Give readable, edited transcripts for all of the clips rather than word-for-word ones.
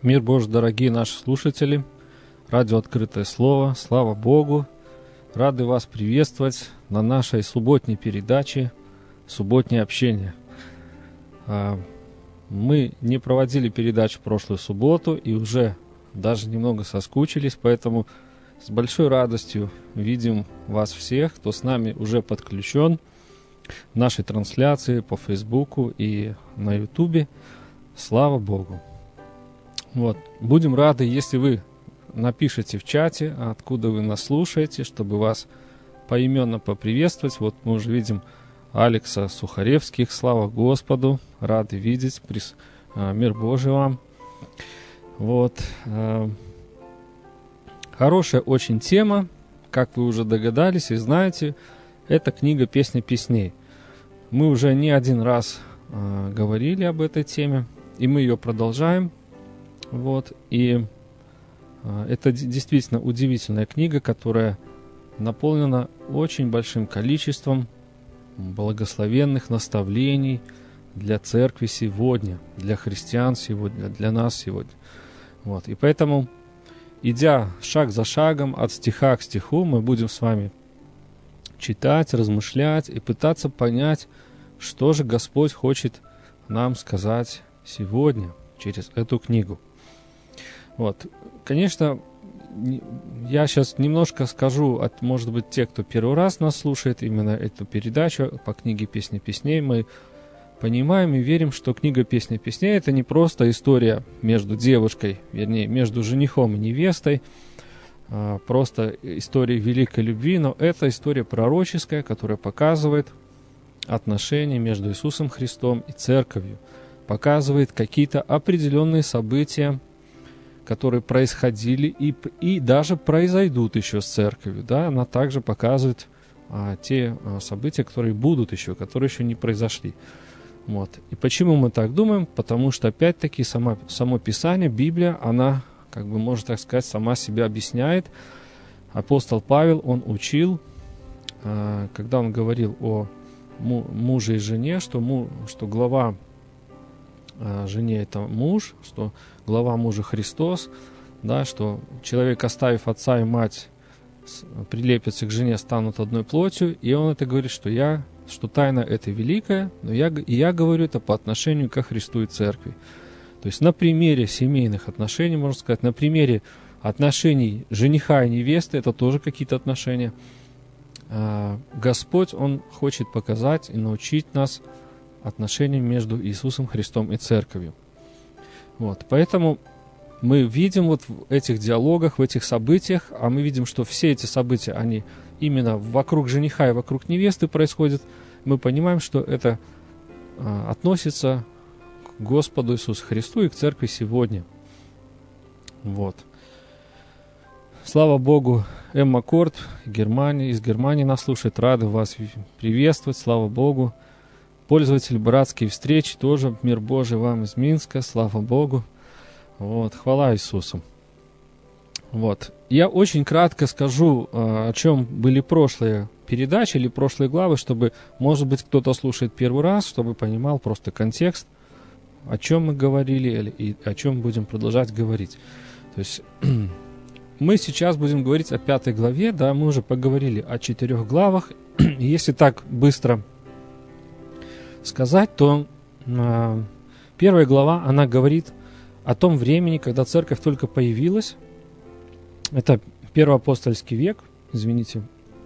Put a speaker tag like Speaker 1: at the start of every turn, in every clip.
Speaker 1: Мир Божий, дорогие наши слушатели, радио «Открытое слово», слава Богу, рады вас приветствовать на нашей субботней передаче «Субботнее общение». Мы не проводили передачу в прошлую субботу и уже даже немного соскучились, поэтому с большой радостью видим вас всех, кто с нами уже подключен в нашей трансляции по Фейсбуку и на Ютубе. Слава Богу! Вот. Будем рады, если вы напишите в чате, откуда вы нас слушаете, чтобы вас поименно поприветствовать. Вот мы уже видим Алекса Сухаревских. Слава Господу! Рады видеть. Мир Божий вам. Вот. Хорошая очень тема, как вы уже догадались и знаете, это книга «Песня песней». Мы уже не один раз говорили об этой теме, и мы ее продолжаем. Вот, и это действительно удивительная книга, которая наполнена очень большим количеством благословенных наставлений для церкви сегодня, для христиан сегодня, для нас сегодня. Вот, и поэтому, идя шаг за шагом, от стиха к стиху, мы будем с вами читать, размышлять и пытаться понять, что же Господь хочет нам сказать сегодня через эту книгу. Вот. Конечно, я сейчас немножко скажу, может быть, те, кто первый раз нас слушает, именно эту передачу по книге «Песня песней», мы понимаем и верим, что книга «Песня песней» — это не просто история между девушкой, вернее, между женихом и невестой, просто история великой любви, но это история пророческая, которая показывает отношения между Иисусом Христом и Церковью, показывает какие-то определенные события, которые происходили и даже произойдут еще с Церковью. Да? Она также показывает те события, которые будут еще, которые еще не произошли. Вот. И почему мы так думаем? Потому что, опять-таки, само Писание, Библия, она, как бы можно так сказать, сама себя объясняет. Апостол Павел, он учил, когда он говорил о муже и жене, что глава жене это муж, что глава мужа Христос, да, что человек, оставив отца и мать, прилепится к жене, станут одной плотью, и он это говорит, что тайна это великая, но я говорю это по отношению ко Христу и Церкви. То есть на примере семейных отношений, можно сказать, на примере отношений жениха и невесты, это тоже какие-то отношения, Господь, Он хочет показать и научить нас отношениям между Иисусом Христом и Церковью. Вот. Поэтому мы видим вот в этих диалогах, в этих событиях, а мы видим, что все эти события, они именно вокруг жениха и вокруг невесты происходят, мы понимаем, что это относится к Господу Иисусу Христу и к Церкви сегодня. Вот. Слава Богу, Эмма Корт из Германии нас слушает, рады вас приветствовать, слава Богу. Пользователь братские встречи тоже, мир Божий вам из Минска, слава Богу. Вот, хвала Иисусу. Вот. Я очень кратко скажу, о чем были прошлые передачи или прошлые главы, чтобы, может быть, кто-то слушает первый раз, чтобы понимал просто контекст, о чем мы говорили и о чем будем продолжать говорить. То есть мы сейчас будем говорить о 5 главе, да, мы уже поговорили о 4 главах. Если так быстро сказать, то 1 глава, она говорит о том времени, когда церковь только появилась. Это первоапостольский век, извините.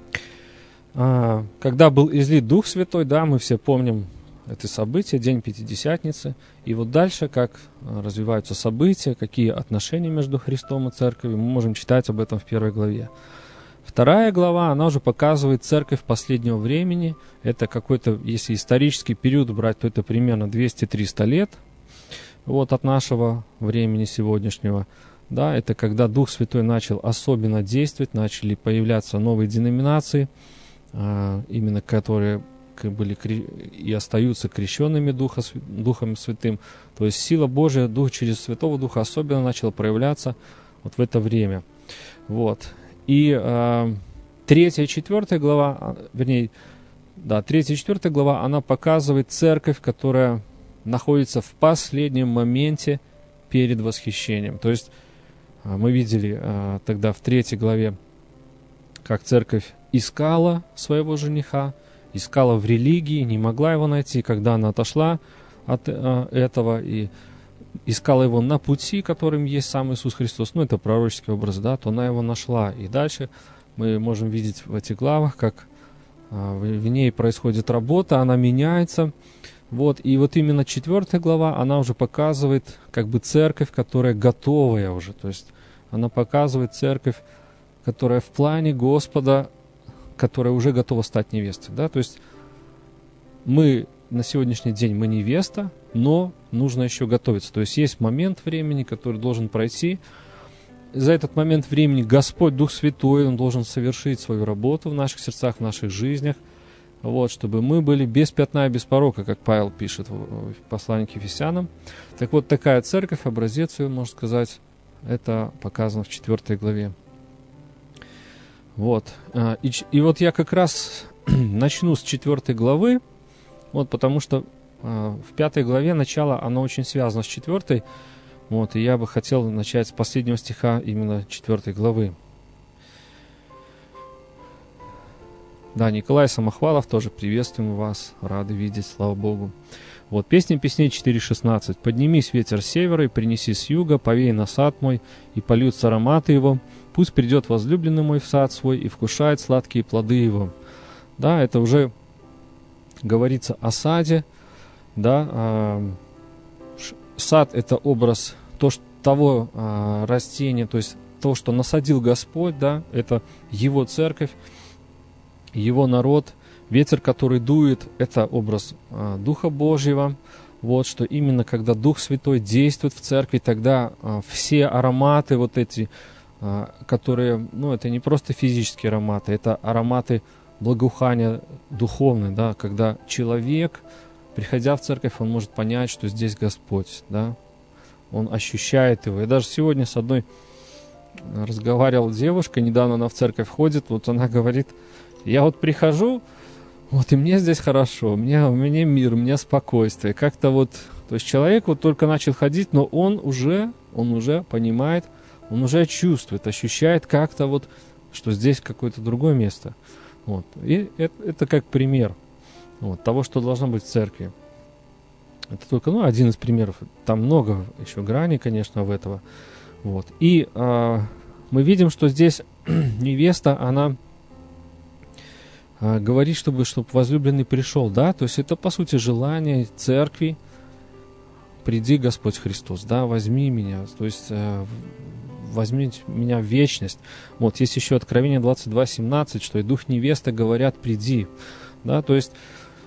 Speaker 1: Когда был излит Дух Святой, да, мы все помним это событие, День Пятидесятницы. И вот дальше, как развиваются события, какие отношения между Христом и Церковью, мы можем читать об этом в 1 главе. 2 глава, она уже показывает церковь последнего времени. Это какой-то, если исторический период брать, то это примерно 200-300 лет вот, от нашего времени сегодняшнего. Да, это когда Дух Святой начал особенно действовать, начали появляться новые деноминации, именно которые были и остаются крещенными Духом Святым. То есть сила Божия, Дух через Святого Духа особенно начала проявляться вот в это время. Вот. И 3 и 4 глава, вернее, да, 3 и 4 глава, она показывает церковь, которая находится в последнем моменте перед восхищением. То есть мы видели тогда в 3 главе, как церковь искала своего жениха, искала в религии, не могла его найти. Когда она отошла от этого и искала его на пути, которым есть сам Иисус Христос, ну это пророческий образ, да, то она его нашла. И дальше мы можем видеть в этих главах, как в ней происходит работа, она меняется. Вот, и вот именно 4 глава, она уже показывает как бы церковь, которая готовая уже. То есть она показывает церковь, которая в плане Господа, которая уже готова стать невестой. Да? То есть мы на сегодняшний день мы невеста, но нужно еще готовиться. То есть есть момент времени, который должен пройти. За этот момент времени Господь, Дух Святой, Он должен совершить свою работу в наших сердцах, в наших жизнях, вот, чтобы мы были без пятна и без порока, как Павел пишет в послании к Ефесянам. Так вот, такая церковь, образец ее, можно сказать, это показано в 4 главе. Вот. И вот я как раз начну с 4 главы, вот, потому что в 5 главе начало, оно очень связано с 4. Вот, и я бы хотел начать с последнего стиха именно 4 главы. Да, Николай Самохвалов, тоже приветствуем вас, рады видеть, слава Богу. Вот, Песня песней 4.16. «Поднимись, ветер с севера, и принеси с юга, повей на сад мой, и польются ароматы его. Пусть придет возлюбленный мой в сад свой, и вкушает сладкие плоды его». Да, это уже говорится о саде, да. Сад – это образ того растения, то есть то, что насадил Господь, да, это Его церковь, Его народ. Ветер, который дует, это образ Духа Божьего. Вот, что именно когда Дух Святой действует в церкви, тогда все ароматы вот эти, которые, ну, это не просто физические ароматы, это ароматы благоухания духовные, да, когда человек, приходя в церковь, он может понять, что здесь Господь, да, он ощущает его. Я даже сегодня с одной разговаривал девушкой, недавно она в церковь ходит, вот она говорит, я вот прихожу, вот и мне здесь хорошо, у меня мир, у меня спокойствие, как-то вот, то есть человек вот только начал ходить, но он уже понимает, он уже чувствует, ощущает как-то вот, что здесь какое-то другое место. Вот. И это как пример вот, того, что должно быть в церкви. Это только один из примеров. Там много еще граней, конечно, в этого. Вот. И мы видим, что здесь невеста, она говорит, чтобы возлюбленный пришел. Да? То есть это, по сути, желание церкви. Приди, Господь Христос, да, возьми меня. То есть возьми меня в вечность. Вот, есть еще Откровение 22:17, что и Дух невесты говорят, приди. Да? То есть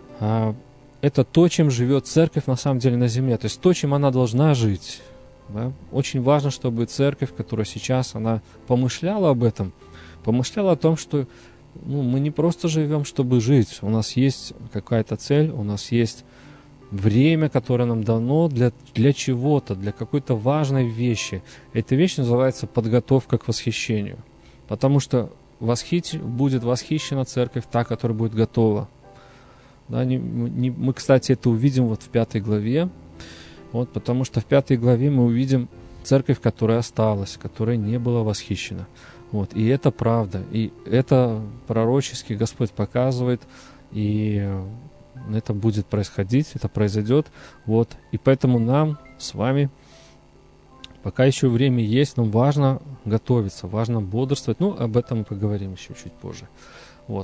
Speaker 1: это то, чем живет церковь на самом деле на земле. То есть то, чем она должна жить. Да? Очень важно, чтобы церковь, которая сейчас, она помышляла об этом, помышляла о том, что мы не просто живем, чтобы жить. У нас есть какая-то цель, у нас есть время, которое нам дано для чего-то, для какой-то важной вещи. Эта вещь называется подготовка к восхищению. Потому что будет восхищена церковь, та, которая будет готова. Да, мы, кстати, это увидим вот в 5 главе. Вот, потому что в 5 главе мы увидим церковь, которая осталась, которая не была восхищена. Вот, и это правда. И это пророчески Господь показывает. И это будет происходить, это произойдет. Вот. И поэтому нам с вами, пока еще время есть, нам важно готовиться, важно бодрствовать. Об этом мы поговорим еще чуть позже. Вот.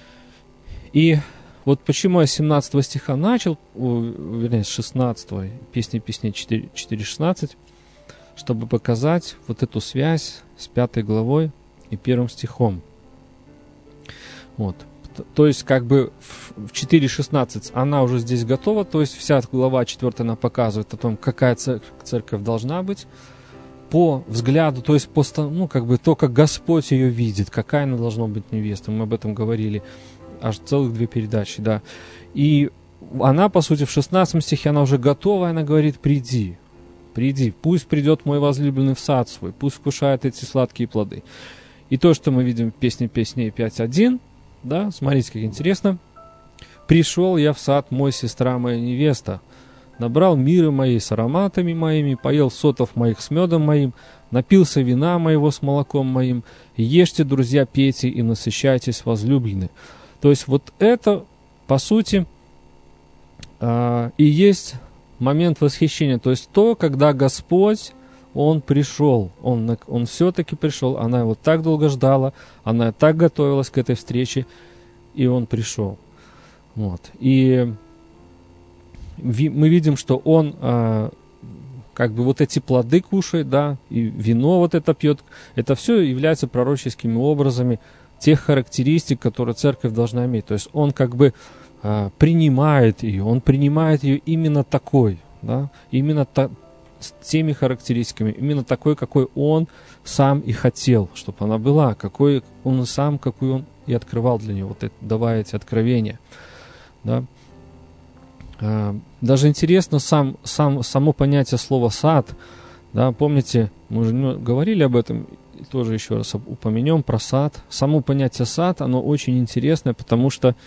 Speaker 1: И вот почему я с 17 стиха начал, вернее, с 16, Песни песней 4.16, чтобы показать вот эту связь с 5 главой и 1 стихом. Вот. То есть, как бы в 4.16 она уже здесь готова, то есть вся глава 4 она показывает о том, какая церковь должна быть, по взгляду, то есть то, как Господь ее видит, какая она должна быть невеста. Мы об этом говорили, аж целых 2 передачи, да. И она, по сути, в 16 стихе, она уже готова, и она говорит, приди, пусть придет мой возлюбленный в сад свой, пусть вкушает эти сладкие плоды. И то, что мы видим в Песне песней 5.1, да, смотрите, как интересно. «Пришел я в сад мой, сестра моя невеста». набрал миры моей с ароматами моими, поел сотов моих с медом моим, напился вина моего с молоком моим. Ешьте, друзья, пейте и насыщайтесь, возлюбленные». То есть вот это, по сути, и есть момент восхищения. То есть то, когда Господь, Он пришел, Он все-таки пришел, она его так долго ждала, она так готовилась к этой встрече, и Он пришел. Вот. И мы видим, что Он как бы вот эти плоды кушает, да, и вино вот это пьет. Это все является пророческими образами тех характеристик, которые церковь должна иметь. То есть Он как бы принимает ее, Он принимает ее именно такой, да, именно с теми характеристиками, именно такой, какой Он сам и хотел, чтобы она была, какой Он сам, какой Он и открывал для нее, вот это, давая эти откровения. Да. Даже интересно само понятие слова «сад». Да, помните, мы уже говорили об этом, тоже еще раз упомянем про сад. Само понятие «сад», оно очень интересное, потому что,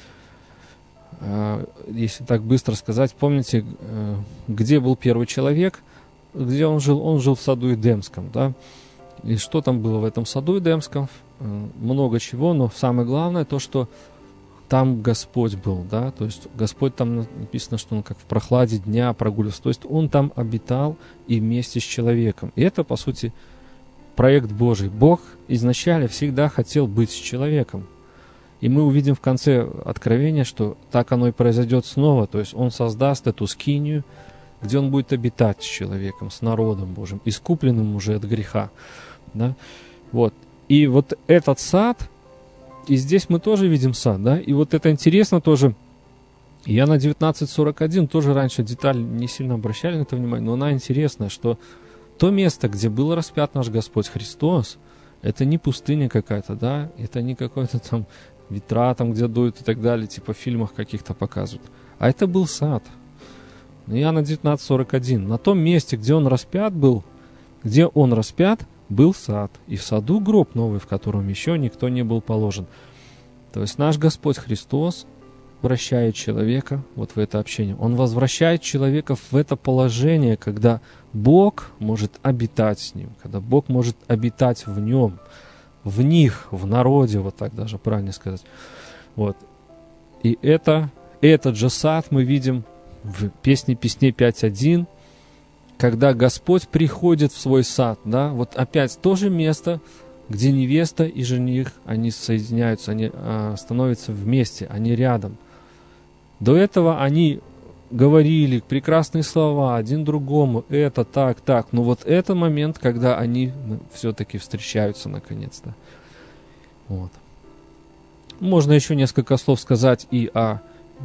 Speaker 1: если так быстро сказать, помните, где был первый человек, где он жил? Он жил в саду Эдемском, да? И что там было в этом саду Эдемском? Много чего, но самое главное то, что там Господь был, да, то есть Господь там написано, что Он как в прохладе дня прогуливался, то есть Он там обитал и вместе с человеком. И это, по сути, проект Божий. Бог изначально всегда хотел быть с человеком. И мы увидим в конце Откровения, что так оно и произойдет снова, то есть Он создаст эту скинию, где Он будет обитать с человеком, с народом Божьим, искупленным уже от греха, да, вот. И вот этот сад, и здесь мы тоже видим сад, да, и вот это интересно тоже. Иоанна 19:41, тоже раньше деталь не сильно обращали на это внимание, но она интересная, что то место, где был распят наш Господь Христос, это не пустыня какая-то, да, это не какой-то там ветра там, где дуют и так далее, типа в фильмах каких-то показывают, а это был сад. Иоанна 19:41, на том месте, где Он распят был, был сад, и в саду гроб новый, в котором еще никто не был положен. То есть наш Господь Христос вращает человека вот в это общение. Он возвращает человека в это положение, когда Бог может обитать с ним, когда Бог может обитать в нем, в них, в народе, вот так даже правильно сказать. Вот. И этот же сад мы видим в Песне Песней 5.1, когда Господь приходит в свой сад, да, вот опять то же место, где невеста и жених, они соединяются, они становятся вместе, они рядом. До этого они говорили прекрасные слова один другому, это так, но вот это момент, когда они все-таки встречаются наконец-то. Вот. Можно еще несколько слов сказать и о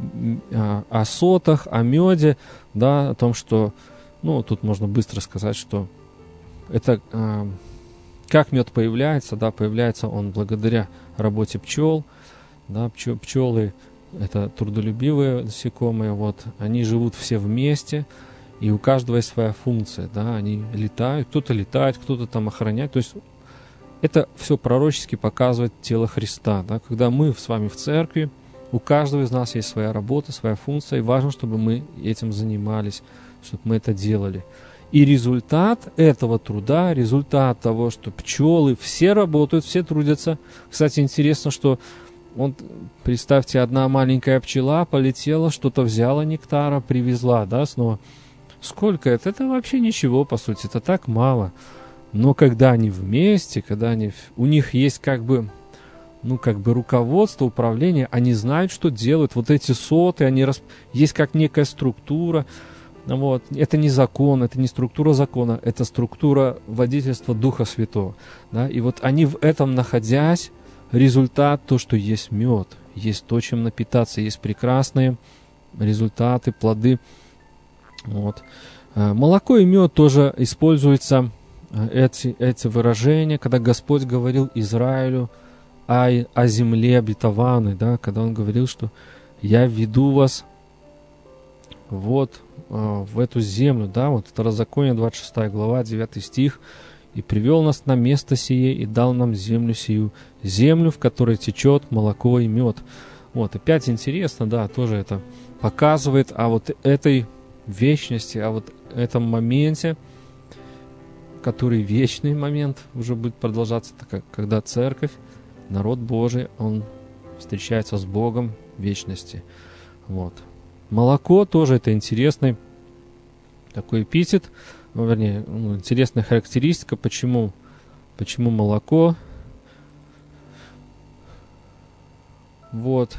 Speaker 1: сотах, о меде, да, о том, что, ну, тут можно быстро сказать, что это, как мед появляется, да, появляется он благодаря работе пчел, да, пчелы это трудолюбивые насекомые, вот, они живут все вместе, и у каждого есть своя функция, да, они летают, кто-то там охраняет, то есть это все пророчески показывает тело Христа, да, когда мы с вами в церкви, у каждого из нас есть своя работа, своя функция, и важно, чтобы мы этим занимались, чтобы мы это делали. И результат этого труда, результат того, что пчелы все работают, все трудятся. Кстати, интересно, что, вот, представьте, одна маленькая пчела полетела, что-то взяла нектара, привезла, да, снова. Сколько это? Это вообще ничего, по сути, это так мало. Но когда они вместе, когда у них есть как бы руководство, управление, они знают, что делают. Вот эти соты, есть как некая структура. Вот. Это не закон, это не структура закона, это структура водительства Духа Святого. Да? И вот они в этом находясь, результат то, что есть мед, есть то, чем напитаться, есть прекрасные результаты, плоды. Вот. Молоко и мед тоже используются, эти выражения, когда Господь говорил Израилю о земле обетованной, да, когда Он говорил, что «Я веду вас вот в эту землю», да, вот Второзаконие 26 глава, 9 стих, «И привел нас на место сие, и дал нам землю сию, землю, в которой течет молоко и мед». Вот, опять интересно, да, тоже это показывает о вот этой вечности, о вот этом моменте, который вечный момент уже будет продолжаться, когда церковь, народ Божий, он встречается с Богом в вечности. Вот. Молоко тоже это интересный такой эпитет, вернее, интересная характеристика, почему молоко. Вот.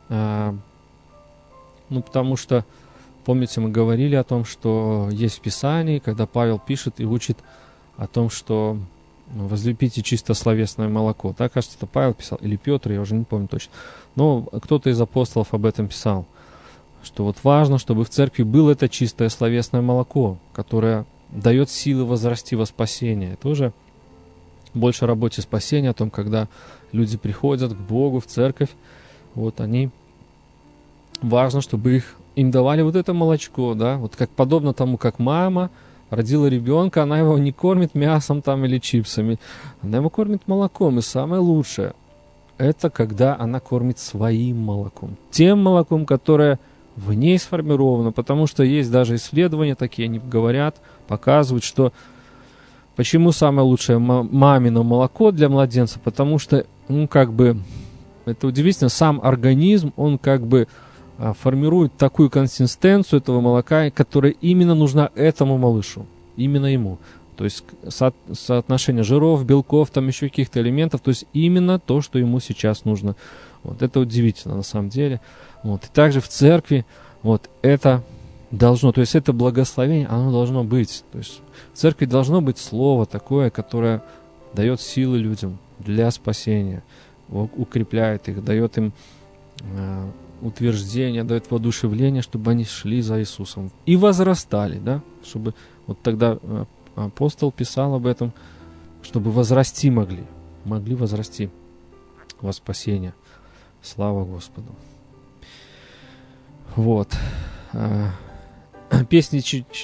Speaker 1: Потому что, помните, мы говорили о том, что есть в Писании, когда Павел пишет и учит о том, что возлюбите чисто словесное молоко. Так, кажется, это Павел писал, или Петр, я уже не помню точно. Но кто-то из апостолов об этом писал, что вот важно, чтобы в церкви было это чистое словесное молоко, которое дает силы возрасти во спасение. Это уже больше о работе спасения, о том, когда люди приходят к Богу в церковь, вот они, важно, чтобы им давали вот это молочко, да, вот как подобно тому, как мама родила ребенка, она его не кормит мясом там или чипсами, она его кормит молоком, и самое лучшее, это когда она кормит своим молоком, тем молоком, которое в ней сформировано, потому что есть даже исследования такие, они говорят, показывают, что почему самое лучшее мамино молоко для младенца, потому что, это удивительно, сам организм, он формирует такую консистенцию этого молока, которая именно нужна этому малышу, именно ему. То есть соотношение жиров, белков, там еще каких-то элементов, то есть именно то, что ему сейчас нужно. Вот это удивительно на самом деле. Вот. И также в церкви вот это должно, то есть это благословение, оно должно быть. То есть в церкви должно быть слово такое, которое дает силы людям для спасения, укрепляет их, дает им утверждение, дает воодушевление, чтобы они шли за Иисусом и возрастали, да, чтобы вот тогда апостол писал об этом, чтобы возрасти могли возрасти во спасение. Слава Господу. Вот. Песни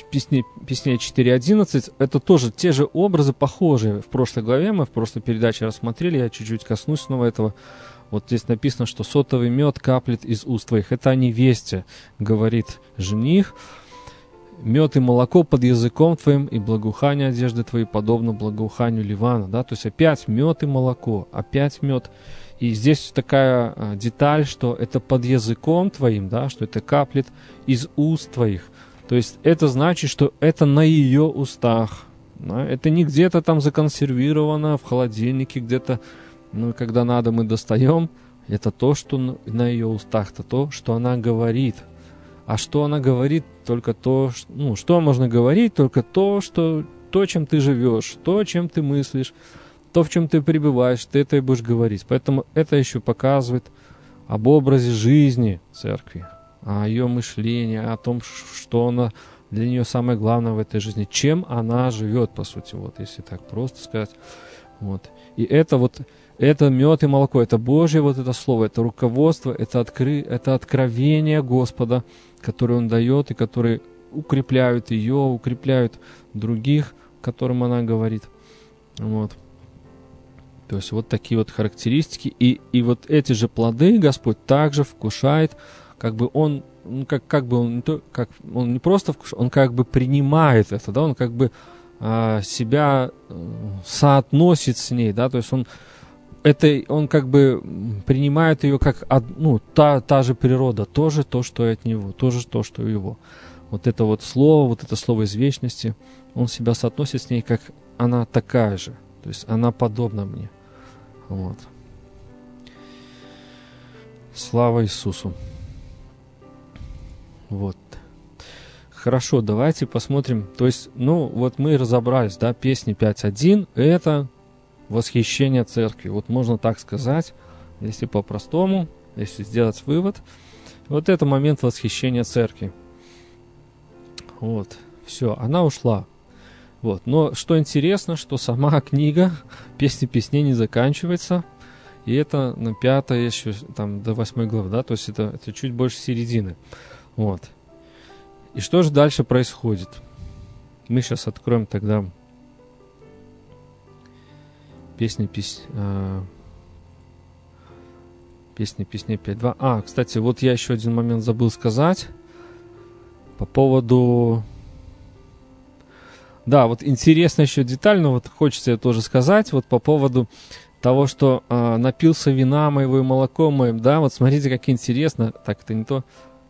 Speaker 1: 4.11 это тоже те же образы, похожие. В прошлой главе мы в прошлой передаче рассмотрели, я чуть-чуть коснусь снова этого. Вот здесь написано, что сотовый мед каплет из уст твоих. Это о невесте, говорит жених. Мед и молоко под языком твоим, и благоухание одежды твоей подобно благоуханию Ливана. Да? То есть опять мед и молоко, опять мед. И здесь такая деталь, что это под языком твоим, да? Что это каплет из уст твоих. То есть это значит, что это на ее устах. Да? Это не где-то там законсервировано в холодильнике, где-то, когда надо, мы достаем. Это то, что на ее устах, это то, что она говорит. А что она говорит? Только то, что можно говорить? Только то, чем ты живешь, то, чем ты мыслишь, то, в чем ты пребываешь, ты это и будешь говорить. Поэтому это еще показывает об образе жизни церкви, о ее мышлении, о том, что она для нее самое главное в этой жизни, чем она живет, по сути, вот, если так просто сказать. Вот. И это мед и молоко, это Божье вот это слово, это руководство, это откровение Господа, которое Он дает и которые укрепляют ее, укрепляют других, которым она говорит. Вот. То есть вот такие вот характеристики. И вот эти же плоды Господь также вкушает, Он не просто вкушает, Он принимает это, да, Он себя соотносит с ней, да, то есть Он принимает ее как та же природа, тоже то, что от него, тоже то, что его. Вот это слово из вечности, Он себя соотносит с ней, как она такая же, то есть она подобна мне. Вот. Слава Иисусу. Вот. Хорошо, давайте посмотрим. То есть, мы разобрались, да, песни 5.1 это восхищение церкви. Вот можно так сказать, если по-простому, если сделать вывод. Вот это момент восхищения церкви. Вот, все, она ушла. Вот, но что интересно, что сама книга «Песни песней» не заканчивается, и это на 5 еще там до 8 главы, да, то есть это чуть больше середины. Вот. И что же дальше происходит? Мы сейчас откроем тогда Песни песней 5.2. Кстати, вот я еще один момент забыл сказать по поводу... Да, вот интересно еще детально, вот хочется тоже сказать, вот по поводу того, что напился вина моего и молоком моим, да, вот смотрите, как интересно, так это не то,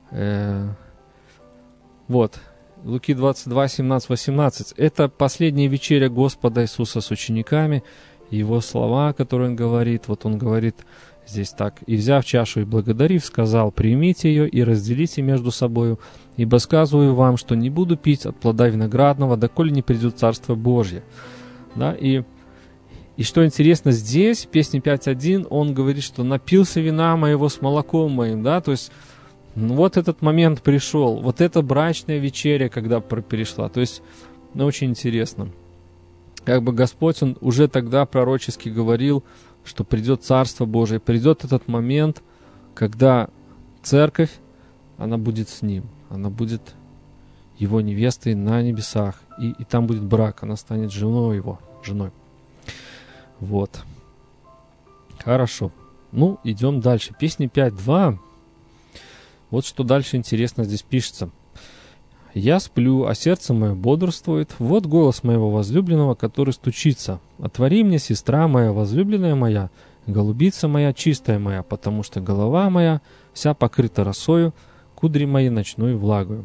Speaker 1: вот, Луки 22, 17, 18, это последняя вечеря Господа Иисуса с учениками, его слова, которые он говорит, вот он говорит здесь так, «И взяв чашу и благодарив, сказал, примите ее и разделите между собою, ибо сказываю вам, что не буду пить от плода виноградного, доколе не придет Царство Божье». Да, и что интересно, здесь, в песне 5.1, он говорит, что напился вина моего с молоком моим, да, то есть вот этот момент пришел, вот эта брачная вечеря, когда перешла, то есть, очень интересно. Как бы Господь, Он уже тогда пророчески говорил, что придет Царство Божие, придет этот момент, когда церковь, она будет с Ним, она будет Его невестой на небесах, и там будет брак, она станет женой Его, женой. Вот. Хорошо. Ну, идем дальше. Песня 5.2. Вот что дальше интересно здесь пишется. «Я сплю, а сердце мое бодрствует. Вот голос моего возлюбленного, который стучится. Отвори мне, сестра моя, возлюбленная моя, голубица моя, чистая моя, потому что голова моя вся покрыта росою, кудри мои ночной влагою».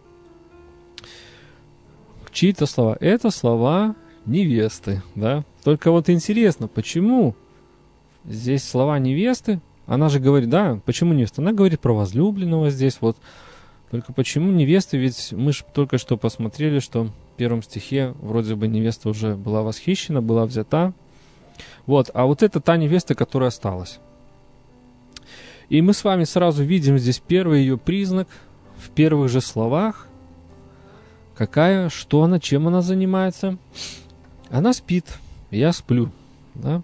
Speaker 1: Чьи-то слова? Это слова невесты, да? Только вот интересно, почему здесь слова невесты? Она же говорит, да, почему невеста? Она говорит про возлюбленного здесь, вот. Только почему невесты? Ведь мы же только что посмотрели, что в первом стихе вроде бы невеста уже была восхищена, была взята. Вот, а вот это та невеста, которая осталась. И мы с вами сразу видим здесь первый ее признак в первых же словах. Какая, что она, чем она занимается? Она спит, я сплю, да?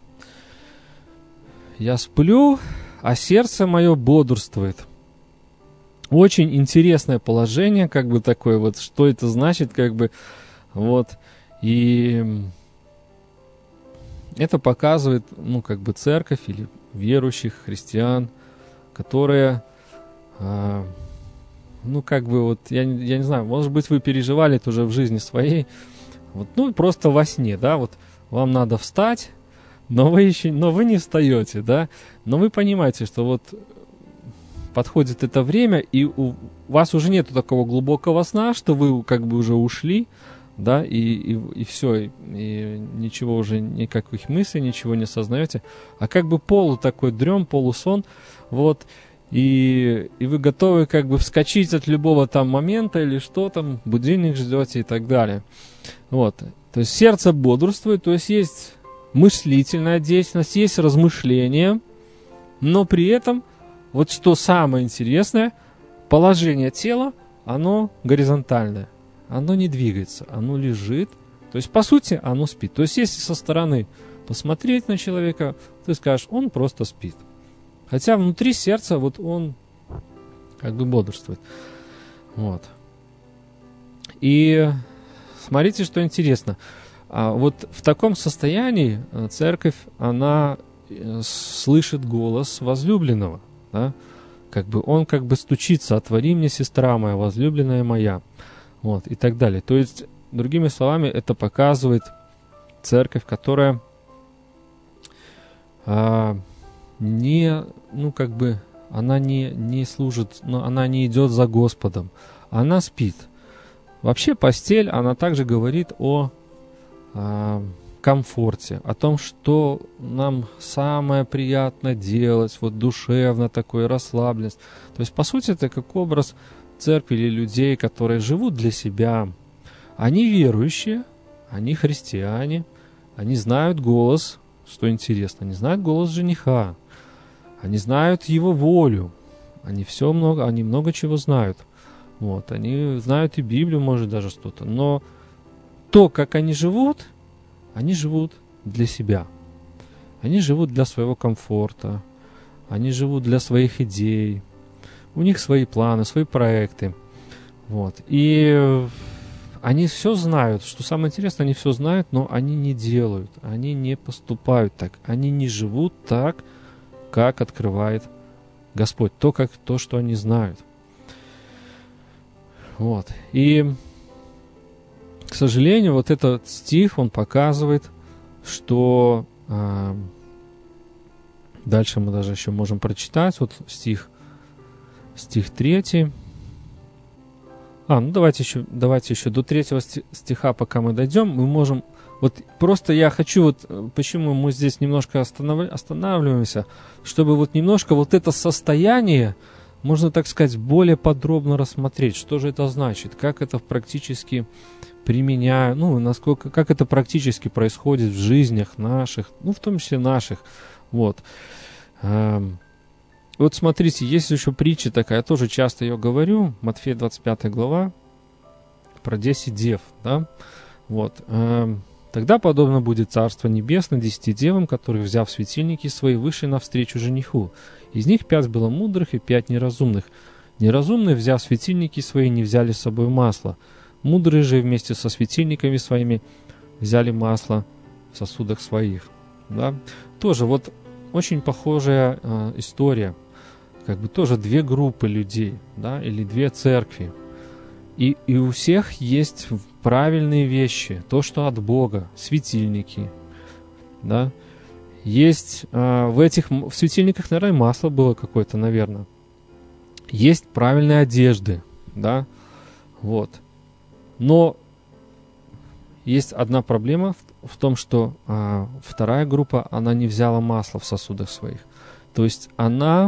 Speaker 1: Я сплю, а сердце мое бодрствует. Очень интересное положение, как бы такое вот, что это значит, как бы, вот, и это показывает, ну, как бы церковь или верующих христиан, которые, ну, как бы вот, я не знаю, может быть, вы переживали это уже в жизни своей, вот, ну, просто во сне, да, вот, вам надо встать, но вы не встаете, да, но вы понимаете, что вот подходит это время, и у вас уже нету такого глубокого сна, что вы как бы уже ушли, да, и все, и ничего уже, никаких мыслей, ничего не осознаете, а как бы такой дрем, полусон, вот, и вы готовы как бы вскочить от любого там момента или что там, будильник ждете и так далее. Вот, то есть сердце бодрствует, то есть мыслительная деятельность, есть размышления, но при этом, вот что самое интересное, положение тела, оно горизонтальное, оно не двигается, оно лежит, то есть по сути оно спит. То есть если со стороны посмотреть на человека, ты скажешь, он просто спит. Хотя внутри сердца вот он как бы бодрствует. Вот. И смотрите, что интересно. Вот в таком состоянии церковь, она слышит голос возлюбленного, да? Как бы он как бы стучится: «Отвори мне, сестра моя, возлюбленная моя», вот, и так далее. То есть, другими словами, это показывает церковь, которая не служит, она не идет за Господом, она спит. Вообще постель, она также говорит о комфорте, о том, что нам самое приятное делать, вот душевно такой, расслабленность. То есть, по сути, это как образ церкви или людей, которые живут для себя. Они верующие, они христиане, они знают голос, что интересно, они знают голос жениха, они знают его волю, они много чего знают. Вот, они знают и Библию, может, даже что-то. Но то, как они живут для себя. Они живут для своего комфорта, они живут для своих идей. У них свои планы, свои проекты. Вот. И они все знают. Что самое интересное, они все знают, но они не делают, они не поступают так, они не живут так, как открывает Господь, то, что они знают. Вот. И, к сожалению, вот этот стих, он показывает, что дальше мы даже еще можем прочитать, вот стих 3. Давайте еще до 3 стиха, пока мы дойдем, мы можем... Вот просто я хочу, вот почему мы здесь немножко останавливаемся, чтобы вот немножко вот это состояние, можно так сказать, более подробно рассмотреть, что же это значит, как это практически применяю, насколько, как это практически происходит в жизнях наших, в том числе наших, вот. Вот смотрите, есть еще притча такая, я тоже часто ее говорю, Матфея 25 глава, про 10 дев, да, вот. Тогда подобно будет Царство Небесное 10 девам, которые, взяв светильники свои, вышли навстречу жениху. Из них 5 было мудрых и 5 неразумных. Неразумные, взяв светильники свои, не взяли с собой масла. Мудрые же вместе со светильниками своими взяли масло в сосудах своих. Да? Тоже вот очень похожая история. Как бы тоже 2 группы людей, да, или 2 церкви. И у всех есть правильные вещи, то, что от Бога, светильники, да. Есть в светильниках, наверное, масло было какое-то, наверное. Есть правильные одежды, да, вот. Но есть одна проблема в том, что вторая группа, она не взяла масло в сосудах своих. То есть она,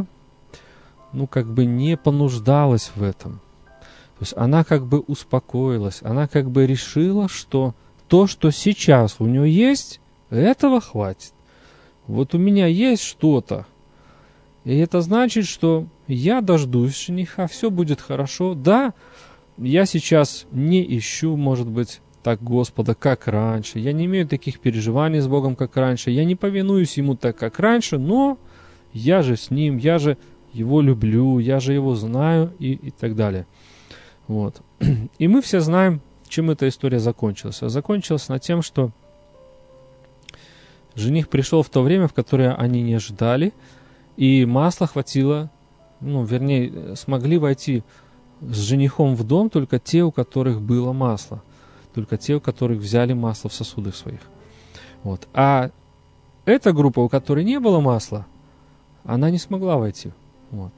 Speaker 1: не понуждалась в этом. То есть она успокоилась, она решила, что то, что сейчас у нее есть, этого хватит. Вот у меня есть что-то, и это значит, что я дождусь жениха, все будет хорошо. Да, я сейчас не ищу, может быть, так Господа, как раньше. Я не имею таких переживаний с Богом, как раньше. Я не повинуюсь Ему так, как раньше, но я же с Ним, я же Его люблю, я же Его знаю и так далее. Вот. И мы все знаем, чем эта история закончилась. А закончилась на тем, что жених пришел в то время, в которое они не ожидали, и масла хватило, смогли войти с женихом в дом только те, у которых было масло, только те, у которых взяли масло в сосудах своих. Вот. А эта группа, у которой не было масла, она не смогла войти. Вот.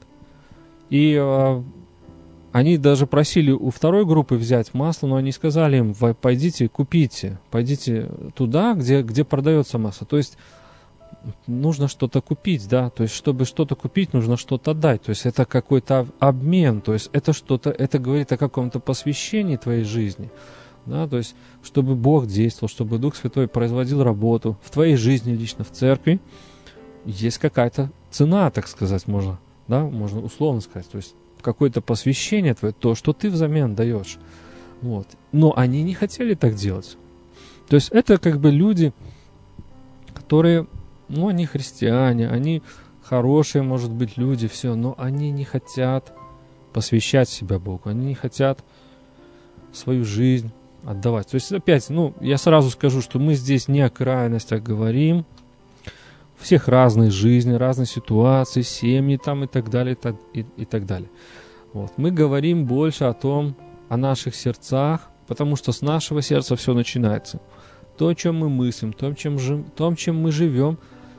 Speaker 1: И они даже просили у второй группы взять масло, но они сказали им: пойдите, купите, пойдите туда, где продается масло. То есть нужно что-то купить, да, то есть чтобы что-то купить, нужно что-то дать. То есть это какой-то обмен, то есть это что-то, это говорит о каком-то посвящении твоей жизни, да, то есть чтобы Бог действовал, чтобы Дух Святой производил работу в твоей жизни лично, в церкви. Есть какая-то цена, так сказать, можно условно сказать, то есть какое-то посвящение твое, то, что ты взамен даешь. Вот. Но они не хотели так делать. То есть это люди, которые, они христиане, они хорошие, может быть, люди, все, но они не хотят посвящать себя Богу, они не хотят свою жизнь отдавать. То есть опять, я сразу скажу, что мы здесь не о крайностях говорим, у всех разные жизни, разные ситуации, семьи там и так далее, и так далее. Вот. Мы говорим больше о наших сердцах, потому что с нашего сердца все начинается. То, о чем мы мыслим, том, чем мы живем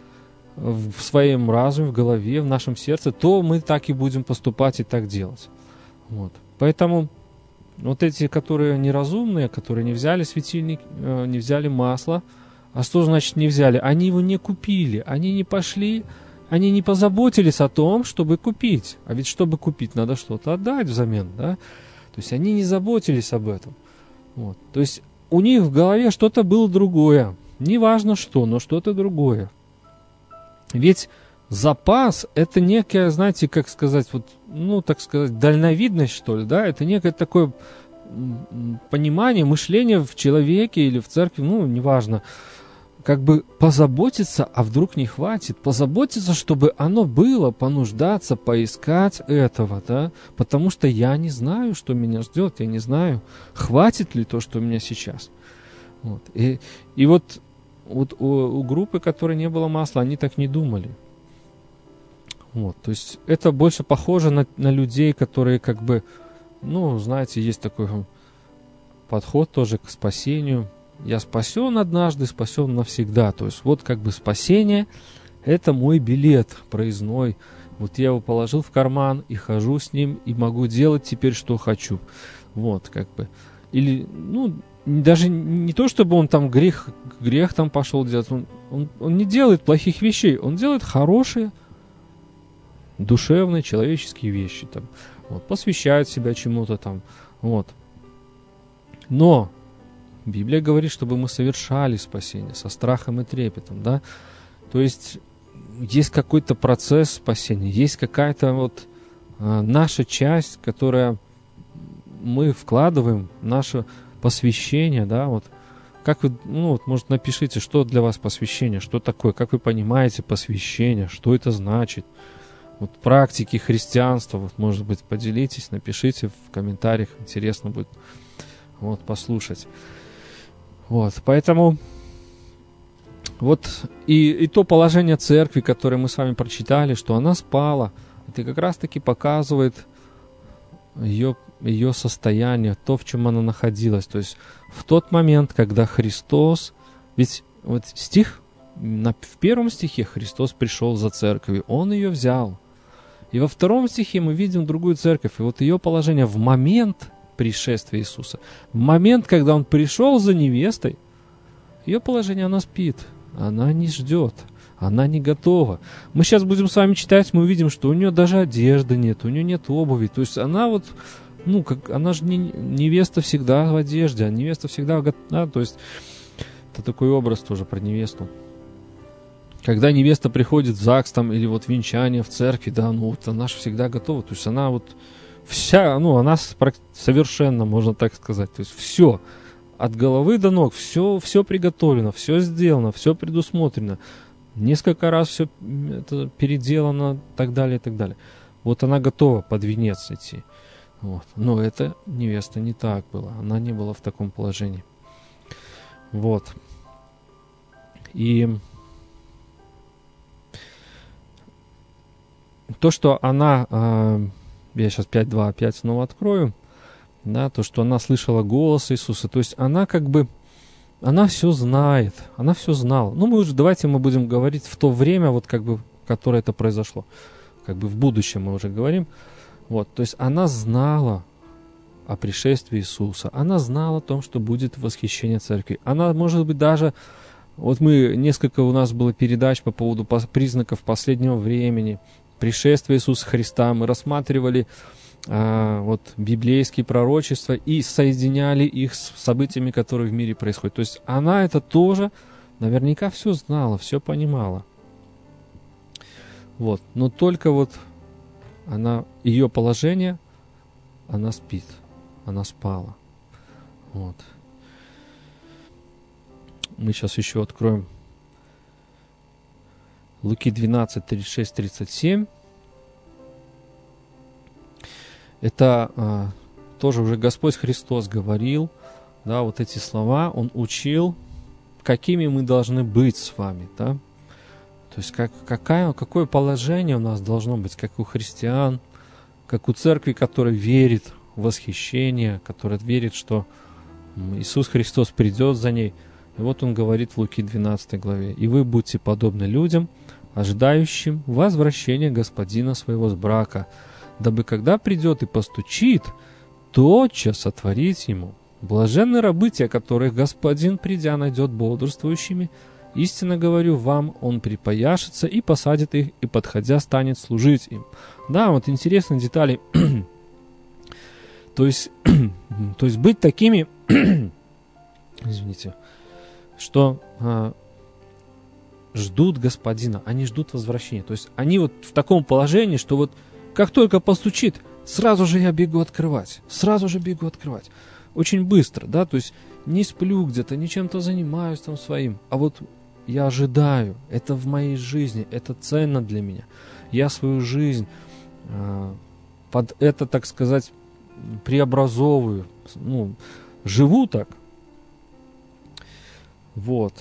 Speaker 1: в своем разуме, в голове, в нашем сердце, то мы так и будем поступать и так делать. Вот. Поэтому вот эти, которые неразумные, которые не взяли светильник, не взяли масло, а что значит не взяли? Они его не купили, они не пошли, они не позаботились о том, чтобы купить. А ведь чтобы купить, надо что-то отдать взамен, да? То есть они не заботились об этом. Вот. То есть у них в голове что-то было другое. Неважно что, но что-то другое. Ведь запас — это некая, знаете, как сказать, дальновидность, что ли, да? Это некое такое понимание, мышление в человеке или в церкви, неважно, позаботиться, а вдруг не хватит, позаботиться, чтобы оно было, понуждаться, поискать этого, да, потому что я не знаю, что меня ждет, я не знаю, хватит ли то, что у меня сейчас. Вот. И вот у группы, которой не было масла, они так не думали. Вот. То есть это больше похоже на людей, которые Ну, знаете, есть такой подход тоже к спасению. Я спасен однажды, спасен навсегда. То есть вот как бы спасение — это мой билет проездной. Вот я его положил в карман и хожу с ним, и могу делать теперь, что хочу. Вот, как бы. Или, ну, даже не то, чтобы он там грех там пошел делать. Он не делает плохих вещей. Он делает хорошие, душевные, человеческие вещи. Там, вот, посвящает себя чему-то там. Вот. Но Библия говорит, чтобы мы совершали спасение со страхом и трепетом, да. То есть какой-то процесс спасения, есть какая-то вот наша часть, которая мы вкладываем в наше посвящение, да, вот. Как вы, ну вот, может, напишите, что для вас посвящение, что такое, как вы понимаете посвящение, что это значит. Вот практики христианства, вот, может быть, поделитесь, напишите в комментариях, интересно будет вот послушать. Вот, поэтому вот и то положение церкви, которое мы с вами прочитали, что она спала, это как раз-таки показывает ее состояние, то, в чем она находилась. То есть в тот момент, когда Христос, ведь вот стих, в первом стихе Христос пришел за церковью, Он ее взял. И во втором стихе мы видим другую церковь, и вот ее положение в момент пришествия Иисуса, в момент, когда Он пришел за невестой, ее положение, она спит, она не ждет, она не готова. Мы сейчас будем с вами читать, мы увидим, что у нее даже одежды нет, у нее нет обуви. То есть она вот, ну, как она же не невеста всегда в одежде, а невеста всегда готова. То есть это такой образ тоже про невесту. Когда невеста приходит в ЗАГС там, или вот венчание в церкви, да, ну вот она же всегда готова. То есть она вот вся, ну, она совершенно, можно так сказать. То есть все. От головы до ног, все приготовлено, все сделано, все предусмотрено. Несколько раз все это переделано, так далее, и так далее. Вот она готова под венец идти. Вот. Но эта невеста не так была. Она не была в таком положении. Вот. И то, что она... я сейчас 5.2 опять снова открою. Да, то, что она слышала голос Иисуса. То есть она как бы... Она все знает. Она все знала. Ну, давайте мы будем говорить в то время, вот как бы, в которое это произошло. Как бы в будущем мы уже говорим. Вот, то есть она знала о пришествии Иисуса. Она знала о том, что будет восхищение церкви. Она, может быть, даже... Вот несколько у нас было передач по поводу признаков последнего времени, пришествия Иисуса Христа. Мы рассматривали вот библейские пророчества и соединяли их с событиями, которые в мире происходят. То есть она это тоже наверняка все знала, все понимала. Вот. Но только вот ее положение, она спит, она спала. Вот. Мы сейчас еще откроем Луки 12, 36, 37. Это тоже уже Господь Христос говорил, да, вот эти слова, Он учил, какими мы должны быть с вами, да. То есть какое положение у нас должно быть, как у христиан, как у церкви, которая верит в восхищение, которая верит, что Иисус Христос придет за ней. И вот Он говорит в Луки 12 главе: «И вы будьте подобны людям, ожидающим возвращения Господина своего с брака, дабы когда придет и постучит, тотчас отворить ему. Блаженны рабы те, которых Господин, придя, найдет бодрствующими. Истинно говорю вам, он припояшется и посадит их, и, подходя, станет служить им». Да, вот интересные детали. то есть быть такими, извините, что ждут Господина, они ждут возвращения. То есть они вот в таком положении, что вот как только постучит, сразу же я бегу открывать. Сразу же бегу открывать. Очень быстро, да, то есть не сплю где-то, не чем-то занимаюсь там своим, а вот я ожидаю, это в моей жизни, это ценно для меня. Я свою жизнь под это, так сказать, преобразовываю, ну, живу так. Вот.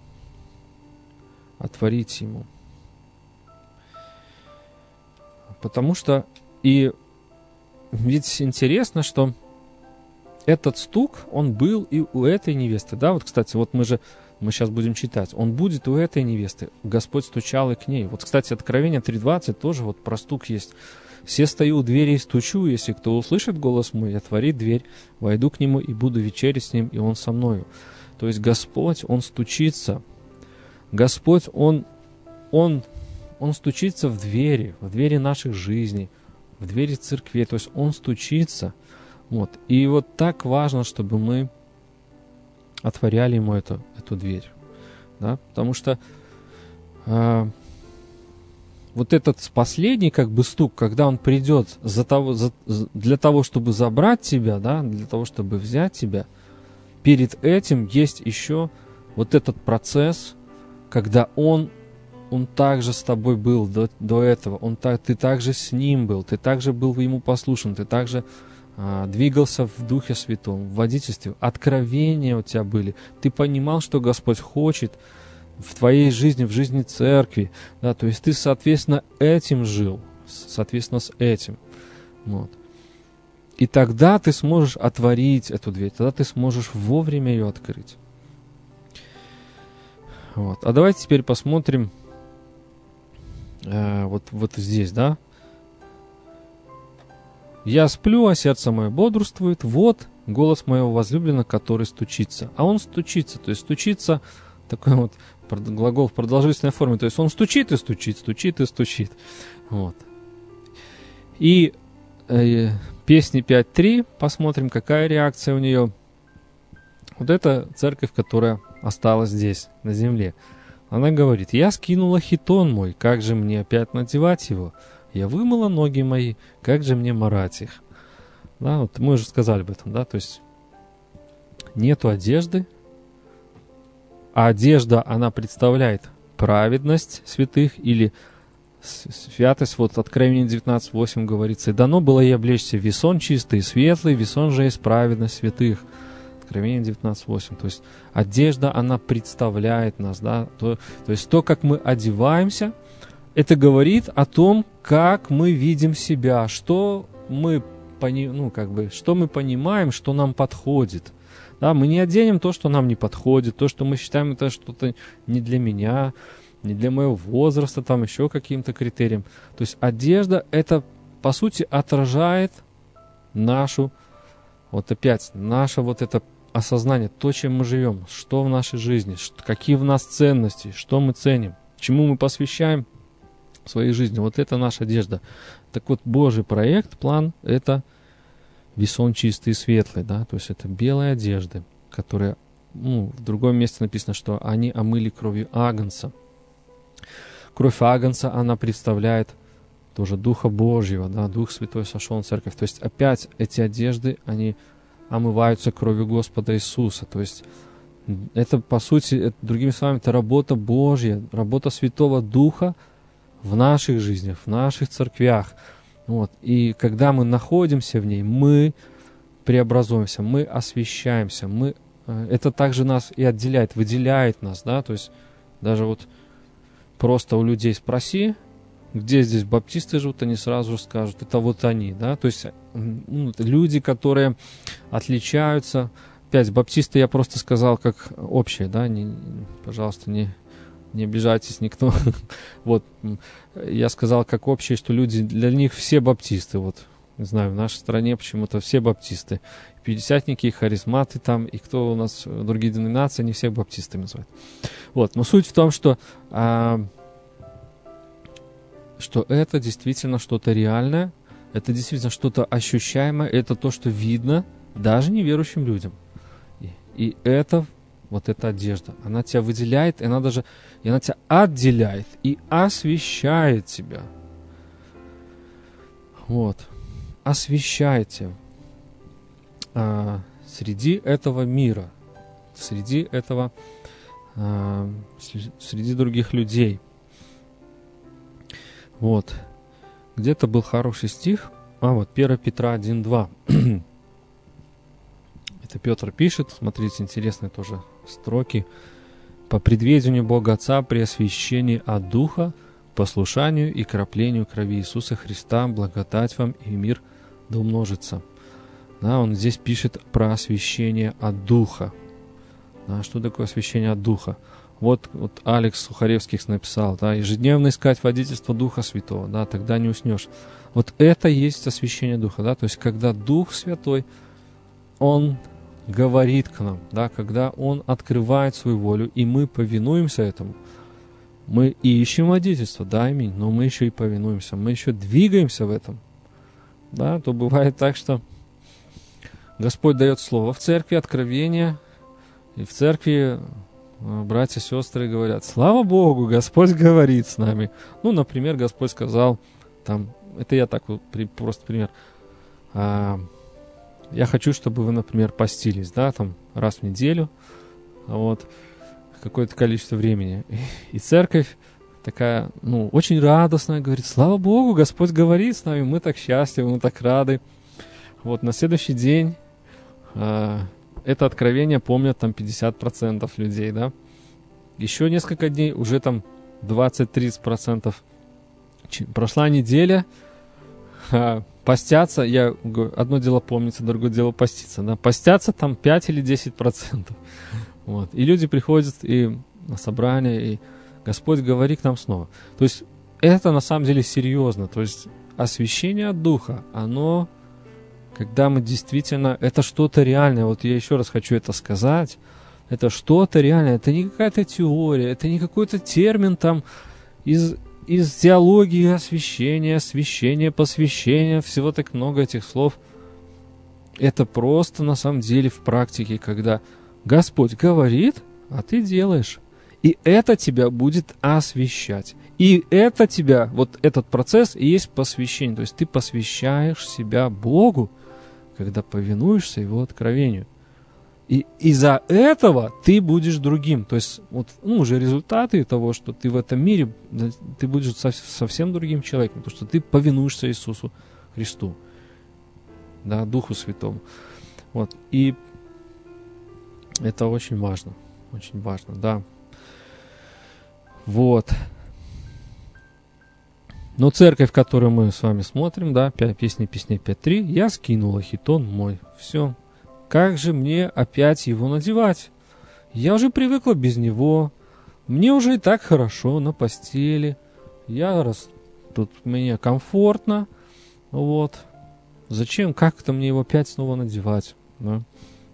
Speaker 1: Отворить ему. Потому что и ведь интересно, что этот стук, он был и у этой невесты. Да, вот, кстати, вот мы сейчас будем читать. Он будет у этой невесты. Господь стучал и к ней. Вот, кстати, Откровение 3:20 тоже вот про стук есть. «Се стою у двери и стучу, если кто услышит голос мой, отворит дверь, войду к нему и буду вечерять с ним, и он со мною». То есть Господь, Он стучится. Господь, Он стучится в двери наших жизней, в двери церкви. То есть Он стучится. Вот. И вот так важно, чтобы мы отворяли Ему эту дверь. Да? Потому что вот этот последний как бы стук, когда Он придет для того, чтобы забрать тебя, да, для того, чтобы взять тебя, перед этим есть еще вот этот процесс, когда Он также с тобой был до этого, ты также с Ним был, ты также был Ему послушен, ты также двигался в Духе Святом, в водительстве, откровения у тебя были, ты понимал, что Господь хочет в твоей жизни, в жизни церкви, да, то есть ты, соответственно, этим жил, соответственно, с этим, вот. И тогда ты сможешь отворить эту дверь, тогда ты сможешь вовремя ее открыть. Вот. А давайте теперь посмотрим вот здесь, да. «Я сплю, а сердце мое бодрствует, вот голос моего возлюбленного, который стучится». А он стучится, то есть стучится, такой вот глагол в продолжительной форме, то есть он стучит и стучит, стучит и стучит. Вот. И песни 5.3, посмотрим, какая реакция у нее. Вот эта церковь, которая осталась здесь, на земле. Она говорит: «Я скинула хитон мой, как же мне опять надевать его? Я вымыла ноги мои, как же мне марать их?» Да, вот мы уже сказали об этом, да, то есть нету одежды, а одежда, она представляет праведность святых или святость. Вот Откровение 19.8 говорится: «И дано было ей облечься в весон чистый и светлый, весон же есть праведность святых». Откровение 19.8. То есть одежда, она представляет нас, да, то есть то, как мы одеваемся, это говорит о том, как мы видим себя, что мы понимаем, что нам подходит. Да, мы не оденем то, что нам не подходит, то, что мы считаем, это что-то не для меня, не для моего возраста, там еще каким-то критериям. То есть одежда, это, по сути, отражает наше вот это осознание, то, чем мы живем, что в нашей жизни, какие в нас ценности, что мы ценим, чему мы посвящаем в своей жизни. Вот это наша одежда. Так вот, Божий проект, план, это весон чистый и светлый, да, то есть это белые одежды, которые, в другом месте написано, что они омыли кровью агнца. Кровь агнца, она представляет тоже Духа Божьего, да, Дух Святой сошел в церковь. То есть опять эти одежды, они омываются кровью Господа Иисуса. То есть это, по сути, другими словами, это работа Божья, работа Святого Духа в наших жизнях, в наших церквях. Вот. И когда мы находимся в ней, мы преобразуемся, мы освящаемся, это также нас и отделяет, выделяет нас, да, то есть даже вот просто у людей спроси, где здесь баптисты живут, они сразу же скажут, это вот они, да, то есть люди, которые отличаются. Опять, баптисты я просто сказал как общее, да, пожалуйста, не обижайтесь никто. Вот, я сказал как общее, что люди, для них все баптисты, вот, не знаю, в нашей стране почему-то все баптисты. Пятидесятники, и харизматы там, и кто у нас, другие деноминации, они всех баптистами называют. Вот, но суть в том, что это действительно что-то реальное, это действительно что-то ощущаемое, это то, что видно даже неверующим людям. И это, вот эта одежда, она тебя выделяет, и она тебя отделяет и освещает тебя. Вот. Освещает тебя среди этого мира, среди других людей. Вот. Где-то был хороший стих. Вот, 1 Петра 1:2. Это Петр пишет. Смотрите, интересные тоже строки. «По предведению Бога Отца при освящении от Духа, послушанию и краплению крови Иисуса Христа, благодать вам и мир да умножится. Да, он здесь пишет про освящение от Духа. Да, что такое освящение от Духа? Вот Алекс Сухаревских написал, да, ежедневно искать водительство Духа Святого, да, тогда не уснешь. Вот это и есть освящение Духа, да, то есть когда Дух Святой, Он говорит к нам, да, когда Он открывает свою волю, и мы повинуемся этому. Мы и ищем водительство, да, аминь, но мы еще и повинуемся, мы еще двигаемся в этом. Да, то бывает так, что Господь дает слово в церкви, откровение, и в церкви братья и сестры говорят: слава Богу, Господь говорит с нами. Ну, например, Господь сказал, там, это я так вот, просто пример, я хочу, чтобы вы, например, постились, да, там, раз в неделю, вот, какое-то количество времени. И церковь такая, ну, очень радостная, говорит: слава Богу, Господь говорит с нами, мы так счастливы, мы так рады. Вот, на следующий день это откровение помнят там 50% людей, да. Еще несколько дней, уже там 20-30%. Прошла неделя, постятся, я говорю, одно дело помнится, другое дело поститься, да. Постятся там 5 или 10%. Вот. И люди приходят и на собрание, и Господь говорит к нам снова. То есть это на самом деле серьезно. То есть освящение от Духа, оно, когда мы действительно, это что-то реальное. Вот я еще раз хочу это сказать. Это что-то реальное. Это не какая-то теория, это не какой-то термин там из теологии освящения, освящение, посвящение, всего так много этих слов. Это просто на самом деле в практике, когда Господь говорит, а ты делаешь. И это тебя будет освящать. И это тебя, вот этот процесс и есть посвящение. То есть ты посвящаешь себя Богу, когда повинуешься Его откровению. И из-за этого ты будешь другим. То есть вот, уже результаты того, что ты в этом мире, ты будешь совсем другим человеком. Потому что ты повинуешься Иисусу Христу, да, Духу Святому. Вот. И это очень важно. Очень важно, да. Вот. Но церковь, в которую мы с вами смотрим, да, песни 5.3, я скинула хитон мой. Все. Как же мне опять его надевать? Я уже привыкла без него. Мне уже и так хорошо на постели. Тут мне комфортно. Вот. Зачем? Как-то мне его опять снова надевать? Да?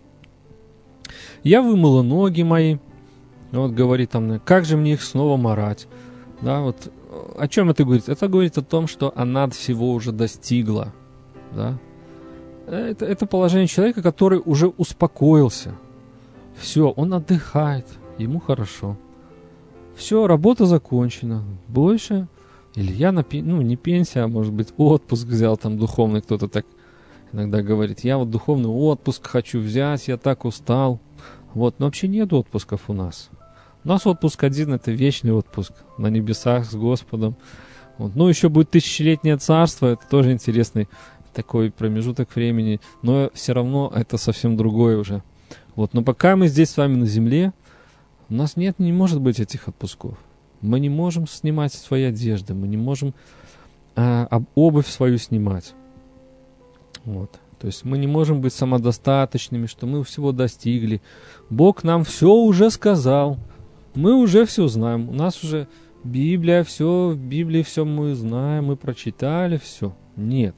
Speaker 1: Я вымыла ноги мои. Вот говорит там, как же мне их снова марать? Да, вот о чем это говорит? Это говорит о том, что она всего уже достигла. Да? Это положение человека, который уже успокоился. Все, он отдыхает, ему хорошо. Все, работа закончена. Больше, или я не пенсия, а может быть отпуск взял, там духовный кто-то так иногда говорит. Я вот духовный отпуск хочу взять, я так устал. Вот, но вообще нет отпусков у нас. У нас отпуск один, это вечный отпуск на небесах с Господом. Вот. Ну, еще будет тысячелетнее царство, это тоже интересный такой промежуток времени, но все равно это совсем другое уже. Вот. Но пока мы здесь с вами на земле, у нас не может быть этих отпусков. Мы не можем снимать свои одежды, мы не можем обувь свою снимать. Вот. То есть мы не можем быть самодостаточными, что мы всего достигли. Бог нам все уже сказал. Мы уже все знаем. У нас уже Библия, все, в Библии все мы знаем, мы прочитали, все. Нет.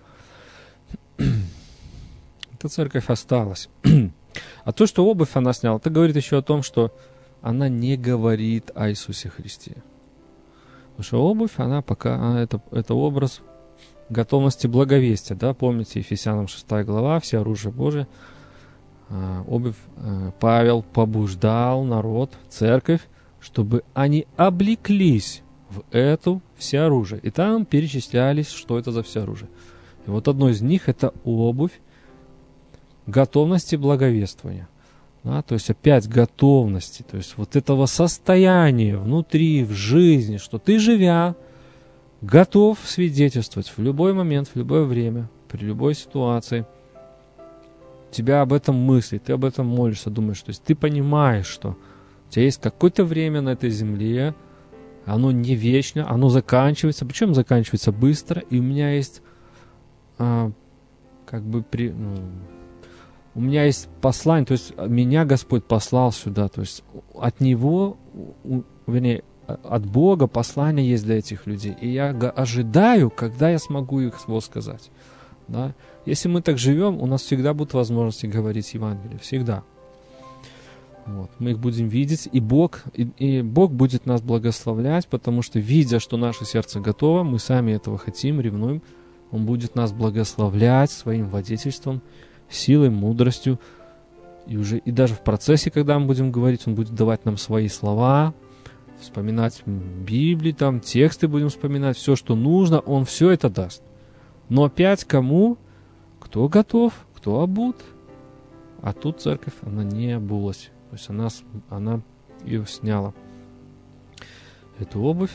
Speaker 1: Эта церковь осталась. А то, что обувь она сняла, это говорит еще о том, что она не говорит о Иисусе Христе. Потому что обувь, она пока, это образ готовности благовестия, да, помните, Ефесянам 6 глава, все оружие Божие, обувь, Павел побуждал народ, церковь, чтобы они облеклись в это всеоружие. И там перечислялись, что это за всеоружие. И вот одно из них это обувь готовности благовествования. Да, то есть опять готовности, то есть вот этого состояния внутри, в жизни, что ты, живя, готов свидетельствовать в любой момент, в любое время, при любой ситуации. Тебя об этом мыслит, ты об этом молишься, думаешь. То есть ты понимаешь, что у тебя есть какое-то время на этой земле, оно не вечно, оно заканчивается, причем заканчивается быстро, и у меня есть у меня есть послание, то есть меня Господь послал сюда, то есть от Него, вернее, от Бога послание есть для этих людей. И я ожидаю, когда я смогу их сказать. Да? Если мы так живем, у нас всегда будут возможности говорить Евангелие. Всегда. Вот. Мы их будем видеть, и Бог будет нас благословлять, потому что, видя, что наше сердце готово, мы сами этого хотим, ревнуем, Он будет нас благословлять своим водительством, силой, мудростью. И даже в процессе, когда мы будем говорить, Он будет давать нам свои слова, вспоминать Библию, там, тексты будем вспоминать, все, что нужно, Он все это даст. Но опять кому? Кто готов, кто обут. А тут церковь, она не обулась. То есть она ее сняла, эту обувь.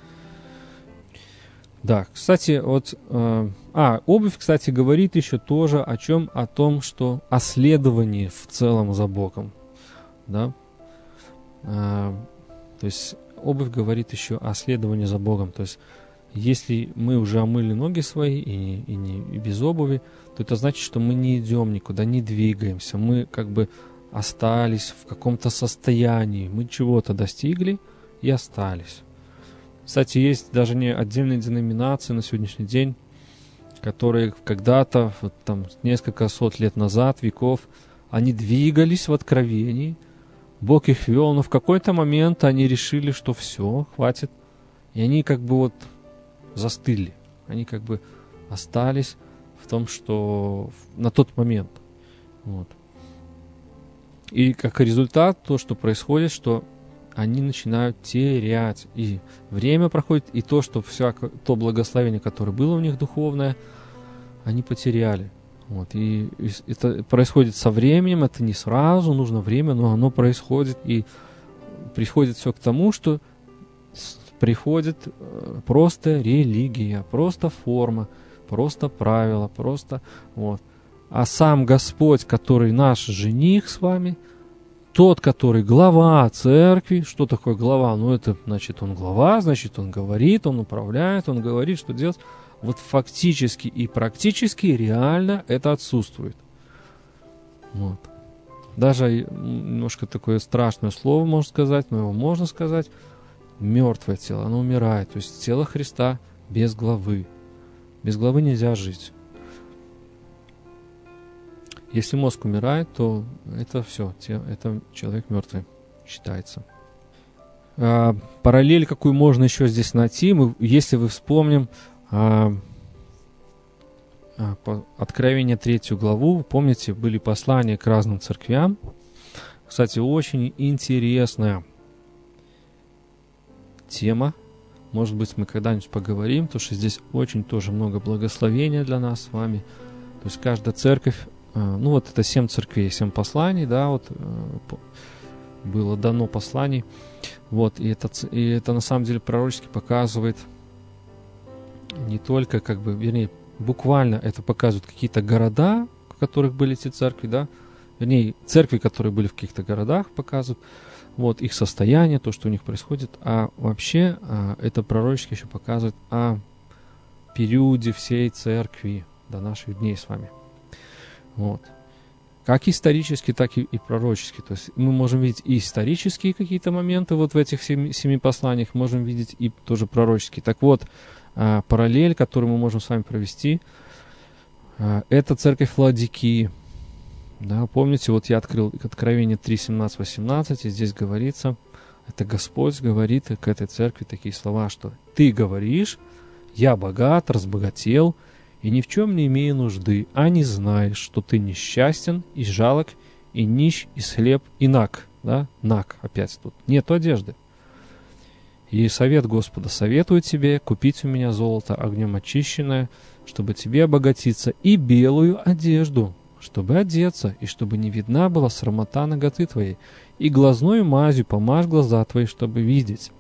Speaker 1: Да, кстати, обувь, кстати, говорит еще тоже о чем? О том, что о следовании в целом за Богом. Да? То есть обувь говорит еще о следовании за Богом. То есть если мы уже омыли ноги свои и без обуви, то это значит, что мы не идем никуда, не двигаемся. Мы как бы остались в каком-то состоянии. Мы чего-то достигли и остались. Кстати, есть даже не отдельные деноминации на сегодняшний день, которые когда-то, вот там, несколько сот лет назад, веков, они двигались в откровении, Бог их вел, но в какой-то момент они решили, что все, хватит. И они как бы вот застыли. Они как бы остались в том, что на тот момент. Вот. И как результат, то, что происходит, что они начинают терять. И время проходит, и то, что то благословение, которое было у них духовное, они потеряли. Вот. И это происходит со временем, это не сразу, нужно время, но оно происходит. И приходит все к тому, что приходит просто религия, просто форма, просто правила, просто вот. А сам Господь, который наш жених с вами, тот, который глава церкви, что такое глава? Ну, это значит, он глава, значит, он говорит, он управляет, он говорит, что делать. Вот фактически и практически реально это отсутствует. Вот. Даже немножко такое страшное слово можно сказать, но его можно сказать. Мертвое тело, оно умирает. То есть тело Христа без главы. Без главы нельзя жить. Если мозг умирает, то это все, это человек мертвый считается. Параллель, какую можно еще здесь найти, если вы вспомним Откровение 3 главу, помните, были послания к разным церквям. Кстати, очень интересная тема. Может быть, мы когда-нибудь поговорим, потому что здесь очень тоже много благословения для нас с вами. То есть каждая церковь, ну вот это 7 церквей, 7 посланий, да, вот было дано посланий. Вот, и это на самом деле пророчески показывает не только, как бы, вернее, буквально это показывают какие-то города, в которых были эти церкви, да, вернее, церкви, которые были в каких-то городах, показывают, вот, их состояние, то, что у них происходит, а вообще это пророчески еще показывает о периоде всей церкви до наших дней с вами. Вот. Как исторически, так и пророчески. То есть мы можем видеть и исторические какие-то моменты вот в этих 7 посланиях, можем видеть и тоже пророческие. Так вот, параллель, которую мы можем с вами провести, это церковь Ладикии. Да, помните, вот я открыл Откровение 3, 17, 18, и здесь говорится, это Господь говорит к этой церкви такие слова, что «Ты говоришь, я богат, разбогател, и ни в чем не имею нужды, а не знаешь, что ты несчастен, и жалок, и нищ, и слеп, и наг». Да? Наг опять тут. Нет одежды. И совет Господа советую тебе купить у меня золото огнем очищенное, чтобы тебе обогатиться, и белую одежду, чтобы одеться, и чтобы не видна была срамота наготы твоей, и глазною мазью помажь глаза твои, чтобы видеть.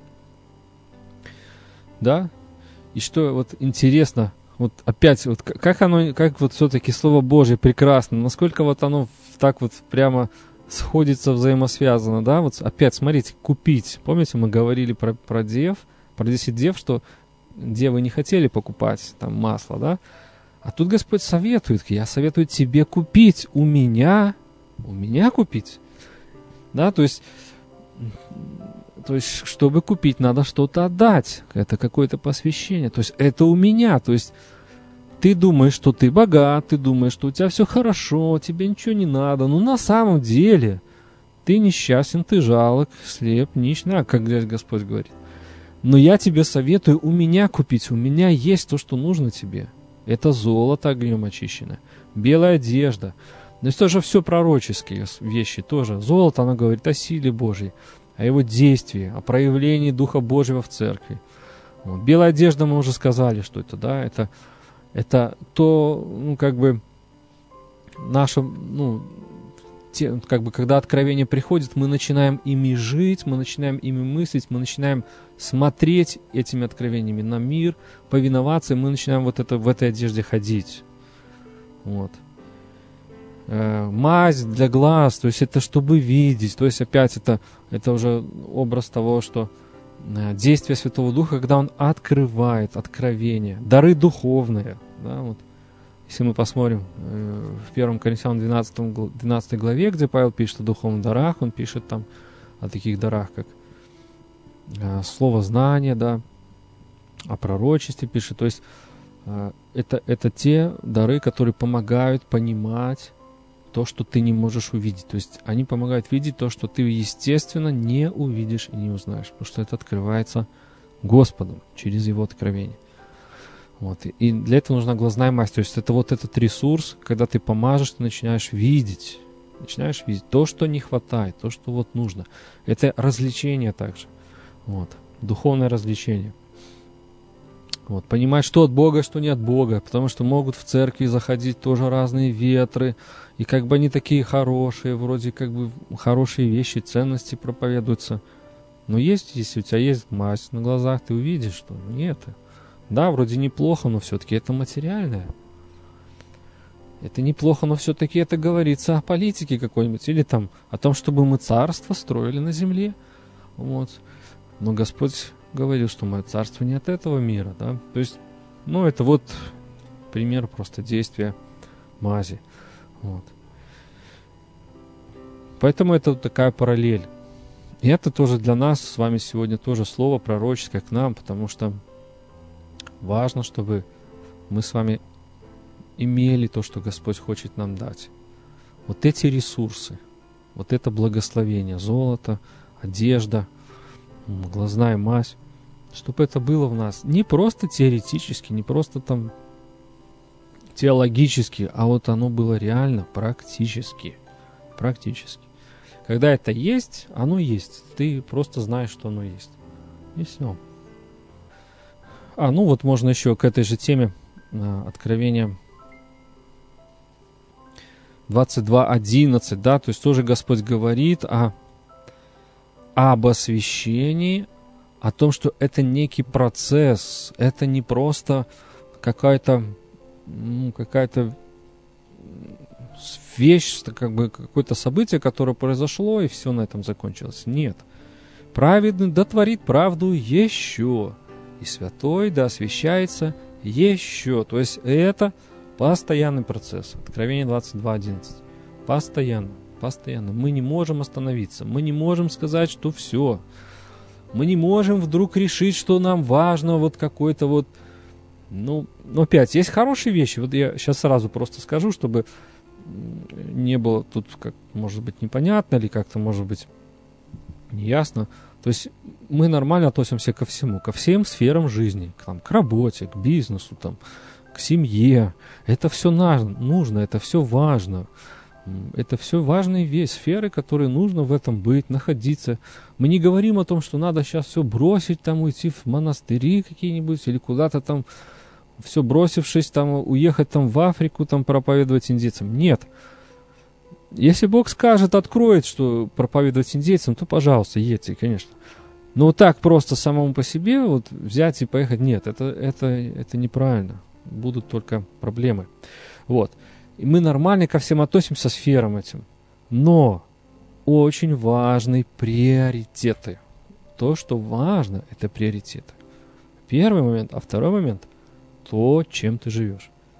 Speaker 1: Да? И что вот интересно, вот опять, вот как вот все-таки Слово Божье прекрасно, насколько вот оно так вот прямо сходится, взаимосвязано, да, вот опять, смотрите, купить, помните, мы говорили про 10 дев, что девы не хотели покупать там масло, да, А тут Господь советует, я советую тебе купить у меня купить. Да, то есть, чтобы купить, надо что-то отдать. Это какое-то посвящение. То есть, это у меня. То есть, ты думаешь, что ты богат, ты думаешь, что у тебя все хорошо, тебе ничего не надо. Но на самом деле, ты несчастен, ты жалок, слеп, нищ, как Господь говорит. Но я тебе советую у меня купить. У меня есть то, что нужно тебе. Это золото огнем очищенное, белая одежда. То есть тоже все пророческие вещи тоже. Золото, оно говорит о силе Божьей, о его действии, о проявлении Духа Божьего в церкви. Вот. Белая одежда, мы уже сказали, что это, да, это то, наше, когда откровение приходит, мы начинаем ими жить, мы начинаем ими мыслить, мы начинаем смотреть этими откровениями на мир, повиноваться, и мы начинаем в этой одежде ходить. Вот. Мазь для глаз, то есть это чтобы видеть, то есть опять это уже образ того, что действие Святого Духа, когда Он открывает откровение, дары духовные, да, вот. Если мы посмотрим в 1 Коринфянам 12 главе, где Павел пишет о духовных дарах, он пишет там о таких дарах, как слово знания, да, о пророчестве пишет. То есть это те дары, которые помогают понимать то, что ты не можешь увидеть. То есть они помогают видеть то, что ты, естественно, не увидишь и не узнаешь, потому что это открывается Господом через Его откровение. Вот. И для этого нужна глазная мазь. То есть это вот этот ресурс, когда ты помажешь, ты начинаешь видеть то, что не хватает, то, что вот нужно. Это развлечение также. Вот. Духовное развлечение. Вот. Понимать, что от Бога, что не от Бога. Потому что могут в церкви заходить тоже разные ветры. И как бы они такие хорошие, вроде как бы хорошие вещи, ценности проповедуются. Но если у тебя есть мазь на глазах, ты увидишь, что нет. Да, вроде неплохо, но все-таки это материальное. Это неплохо, но все-таки это говорится о политике какой-нибудь. Или там о том, чтобы мы царство строили на земле. Вот. Но Господь говорил, что мое царство не от этого мира. Да? То есть, это вот пример просто действия мази. Вот. Поэтому это вот такая параллель. И это тоже для нас с вами сегодня тоже слово пророческое к нам, потому что важно, чтобы мы с вами имели то, что Господь хочет нам дать. Вот эти ресурсы, вот это благословение, золото, одежда, глазная мазь, чтобы это было в нас не просто теоретически, не просто там теологически, а вот оно было реально практически. Практически. Когда это есть, оно есть. Ты просто знаешь, что оно есть. И все. Вот можно еще к этой же теме Откровения 22:11, да, то есть тоже Господь говорит об освящении, о том, что это некий процесс, это не просто какая-то вещь, какое-то событие, которое произошло, и все на этом закончилось. Нет. Праведный дотворит правду еще, и святой да освящается еще. То есть это постоянный процесс. Откровение 22:11. Постоянно. Мы не можем остановиться. Мы не можем сказать, что все. Мы не можем вдруг решить, что нам важно вот какой-то вот... опять, есть хорошие вещи. Вот я сейчас сразу просто скажу, чтобы не было тут, может быть, непонятно или как-то, может быть, неясно. То есть мы нормально относимся ко всему, ко всем сферам жизни, к работе, к бизнесу, к семье. Это все нужно, это все важно. Это все важные сферы, которые нужно в этом быть, находиться. Мы не говорим о том, что надо сейчас все бросить, уйти в монастыри какие-нибудь или куда-то там, все бросившись, уехать в Африку, проповедовать индейцам. Нет. Если Бог скажет, откроет, что проповедовать индейцам, то, пожалуйста, едьте, конечно. Но вот так просто самому по себе взять и поехать, нет, это неправильно. Будут только проблемы. Вот. И мы нормально ко всем относимся сферам этим. Но очень важны приоритеты. То, что важно, это приоритеты. Первый момент, а второй момент – то, чем ты живешь.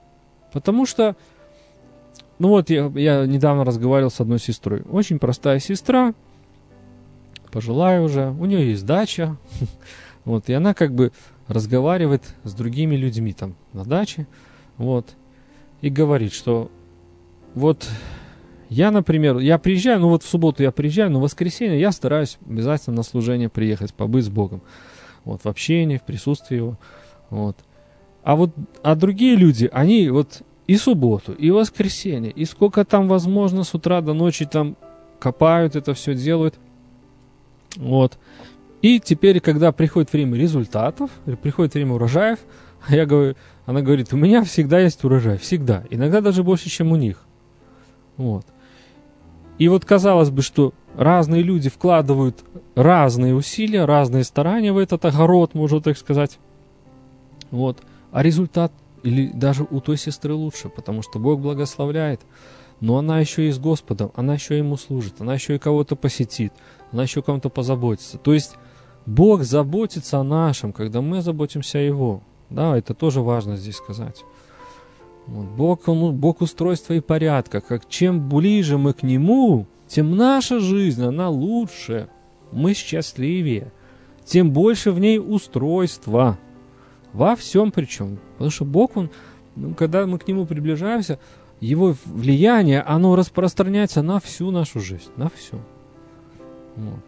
Speaker 1: Потому что, ну вот я недавно разговаривал с одной сестрой. Очень простая сестра, пожилая уже, у нее есть дача. Вот, и она как бы разговаривает с другими людьми там на даче. Вот, и говорит, что вот я, например, я приезжаю, ну вот в субботу я приезжаю, но в воскресенье я стараюсь обязательно на служение приехать, побыть с Богом. Вот, в общении, в присутствии Его. Вот. А другие люди, они вот и субботу, и воскресенье, и сколько там возможно с утра до ночи там копают, это все делают. Вот. И теперь, когда приходит время результатов, приходит время урожаев, она говорит, у меня всегда есть урожай, всегда. Иногда даже больше, чем у них. Вот. И вот казалось бы, что разные люди вкладывают разные усилия, разные старания в этот огород, можно так сказать. Вот. А результат или даже у той сестры лучше, потому что Бог благословляет. Но она еще и с Господом, она еще ему служит, она еще и кого-то посетит, она еще о ком-то позаботится. То есть Бог заботится о нашем, когда мы заботимся о Его. Да, это тоже важно здесь сказать. Вот. Бог устройства и порядка. Чем ближе мы к Нему, тем наша жизнь, она лучше. Мы счастливее. Тем больше в ней устройства. Во всем причем. Потому что Бог, когда мы к Нему приближаемся, Его влияние, оно распространяется на всю нашу жизнь. На всю. Вот.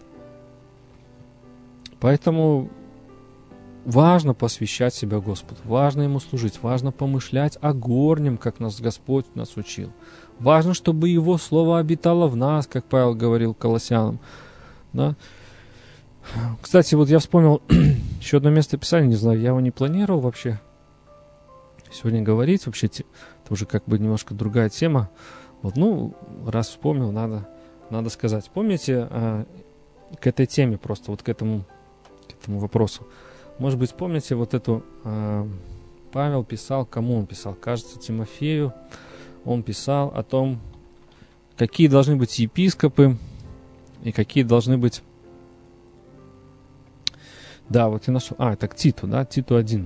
Speaker 1: Поэтому важно посвящать себя Господу, важно Ему служить, важно помышлять о горнем, как нас Господь нас учил. Важно, чтобы Его Слово обитало в нас, как Павел говорил Колоссянам. Да? Кстати, вот я вспомнил еще одно место Писания, не знаю, я его не планировал вообще сегодня говорить, вообще это уже как бы немножко другая тема. Вот, ну, раз вспомнил, надо сказать. Помните, к этой теме просто, вот к этому вопросу. Может быть, помните вот эту... Павел писал, кому он писал? Кажется, Тимофею. Он писал о том, какие должны быть епископы и какие должны быть... Да, вот я нашел... это к Титу, да, Титу 1.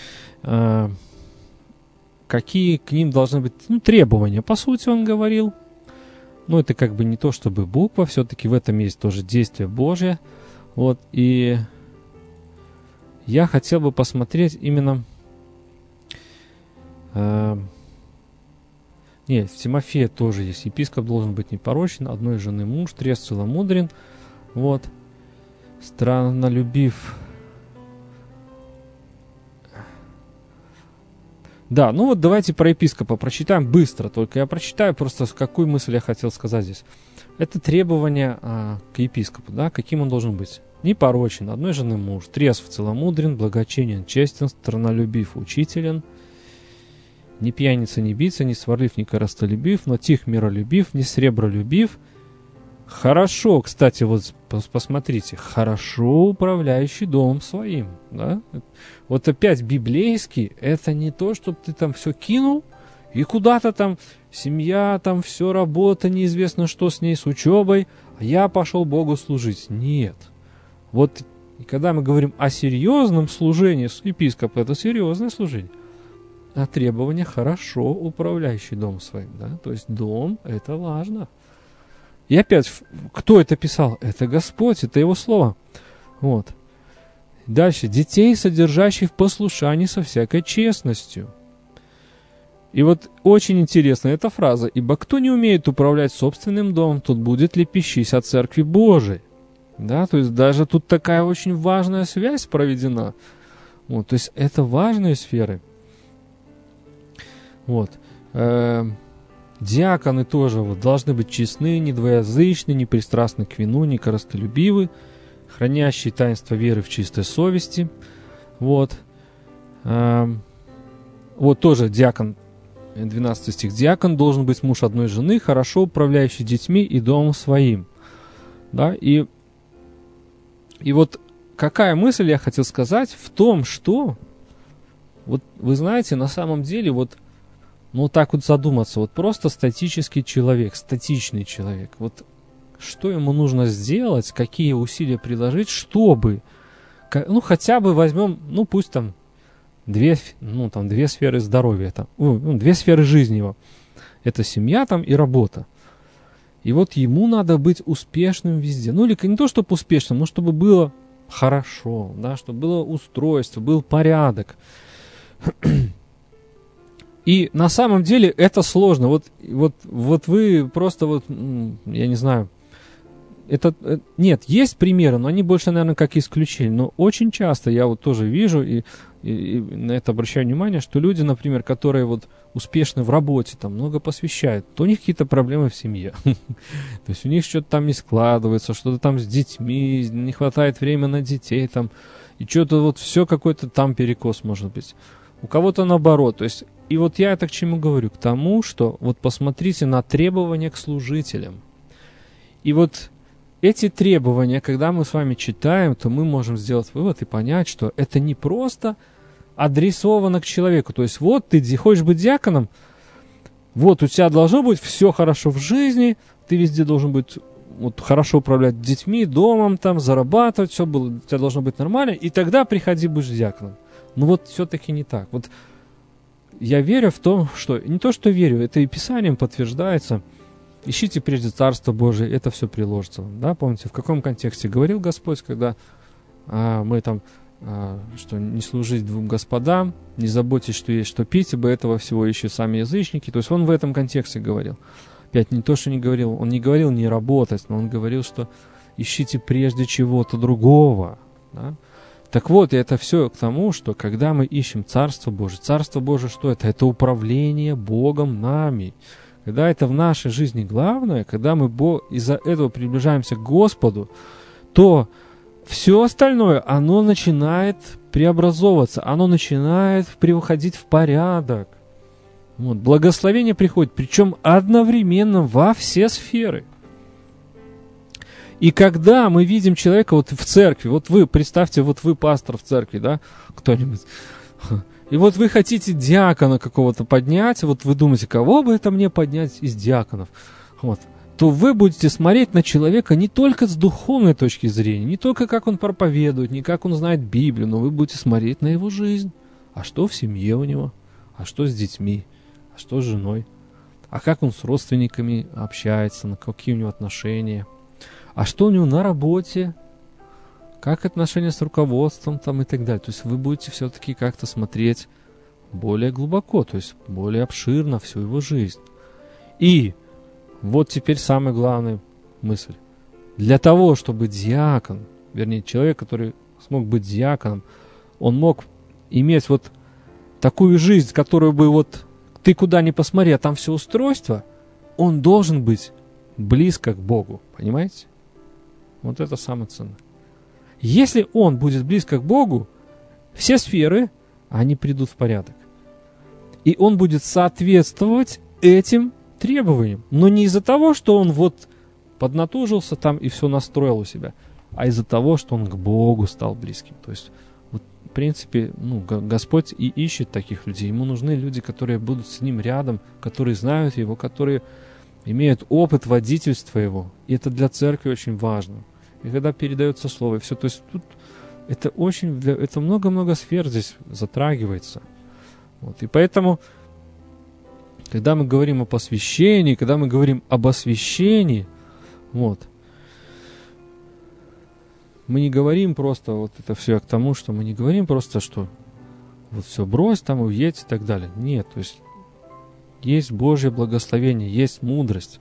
Speaker 1: Какие к ним должны быть требования? По сути, он говорил. Но это как бы не то, чтобы буква, все-таки в этом есть тоже действие Божие. Вот, и я хотел бы посмотреть именно... Нет, в Тимофея тоже есть. Епископ должен быть непорочен, одной жены муж, трезв, целомудрен. Вот. Страннолюбив. Да, ну вот давайте про епископа прочитаем быстро. Только я прочитаю просто, какую мысль я хотел сказать здесь. Это требование к епископу, да, каким он должен быть. Непорочен, одной жены муж, трезв, целомудрен, благочинен, честен, страннолюбив, учителен, не пьяница, не бийца, не сварлив, не коростолюбив, но тих, миролюбив, не сребролюбив. Хорошо, кстати, вот посмотрите, хорошо управляющий домом своим, да? Вот опять библейский, это не то, чтобы ты там все кинул, и куда-то там семья, там все, работа, неизвестно что с ней, с учебой, а я пошел Богу служить. Нет. Вот и когда мы говорим о серьезном служении, епископ это серьезное служение, а требование хорошо управляющий дом своим, да? То есть дом это важно. И опять, кто это писал? Это Господь, это Его Слово. Вот. Дальше. Детей, содержащих в послушании со всякой честностью. И вот очень интересна эта фраза. Ибо кто не умеет управлять собственным домом, тот будет лепещись от Церкви Божией. Да, то есть даже тут такая очень важная связь проведена. Вот, то есть это важные сферы. Вот. Диаконы тоже вот, должны быть честны, недвоязычны, непристрастны к вину, не корыстолюбивы, хранящие таинство веры в чистой совести. Вот. Вот тоже диакон, 12 стих. Диакон должен быть муж одной жены, хорошо управляющий детьми и домом своим. Да, и вот какая мысль я хотел сказать в том, что, вот вы знаете, на самом деле, вот, ну так вот задуматься, вот просто статический человек, статичный человек, вот что ему нужно сделать, какие усилия приложить, чтобы, ну хотя бы возьмем, ну пусть там две сферы здоровья, две сферы жизни его. Это семья там и работа. И вот ему надо быть успешным везде. Ну, или не то, чтобы успешным, но чтобы было хорошо, да, чтобы было устройство, был порядок. И на самом деле это сложно. Вот вы просто я не знаю, нет, есть примеры, но они больше, наверное, как исключение. Но очень часто я вот тоже вижу и на это обращаю внимание, что люди, например, которые вот успешны в работе, там много посвящают, то у них какие-то проблемы в семье. То есть у них что-то там не складывается, что-то там с детьми, не хватает времени на детей там, и что-то вот все какой-то там перекос может быть. У кого-то наоборот. То есть, и вот я это к чему говорю? К тому, что вот посмотрите на требования к служителям. И вот эти требования, когда мы с вами читаем, то мы можем сделать вывод и понять, что это не просто адресовано к человеку. То есть вот ты хочешь быть диаконом, вот у тебя должно быть все хорошо в жизни, ты везде должен быть вот, хорошо управлять детьми, домом, там, зарабатывать, все было, у тебя должно быть нормально, и тогда приходи, будешь диаконом. Но вот все-таки не так. Вот я верю в то, что... Не то, что верю, это и Писанием подтверждается. Ищите прежде Царство Божие, это все приложится вам. Да? Помните, в каком контексте говорил Господь, когда мы там, что не служить двум господам, не заботьтесь, что есть что пить, ибо этого всего ищут сами язычники. То есть он в этом контексте говорил. Опять не то, что не говорил, он не говорил не работать, но он говорил, что ищите прежде чего-то другого. Да? Так вот, и это все к тому, что когда мы ищем Царство Божие что это? Это управление Богом нами. Когда это в нашей жизни главное, когда мы из-за этого приближаемся к Господу, то все остальное, оно начинает преобразовываться, оно начинает приходить в порядок. Вот, благословение приходит, причем одновременно во все сферы. И когда мы видим человека вот в церкви, вот вы, представьте, вот вы пастор в церкви, да, кто-нибудь, и вот вы хотите диакона какого-то поднять, вот вы думаете, кого бы это мне поднять из диаконов, вот, то вы будете смотреть на человека не только с духовной точки зрения, не только как он проповедует, не как он знает Библию, но вы будете смотреть на его жизнь. А что в семье у него? А что с детьми? А что с женой? А как он с родственниками общается? На какие у него отношения? А что у него на работе? Как отношения с руководством там и так далее? То есть вы будете все-таки как-то смотреть более глубоко, то есть более обширно всю его жизнь. И вот теперь самая главная мысль. Для того, чтобы диакон, вернее, человек, который смог быть диаконом, он мог иметь вот такую жизнь, которую бы вот ты куда ни посмотри, а там все устройство, он должен быть близко к Богу, понимаете? Вот это самое ценное. Если он будет близко к Богу, все сферы, они придут в порядок. И он будет соответствовать этим требованиям. Но не из-за того, что он вот поднатужился там и все настроил у себя, а из-за того, что он к Богу стал близким. То есть, вот, в принципе, Господь и ищет таких людей. Ему нужны люди, которые будут с ним рядом, которые знают его, которые имеют опыт водительства его. И это для церкви очень важно. И когда передается слово, и все, то есть тут это очень, это много-много сфер здесь затрагивается. Вот. И поэтому, когда мы говорим о посвящении, когда мы говорим об освящении, вот, мы не говорим просто, вот это все к тому, что мы не говорим просто, что вот все брось, там уедь и так далее. Нет, то есть есть Божье благословение, есть мудрость.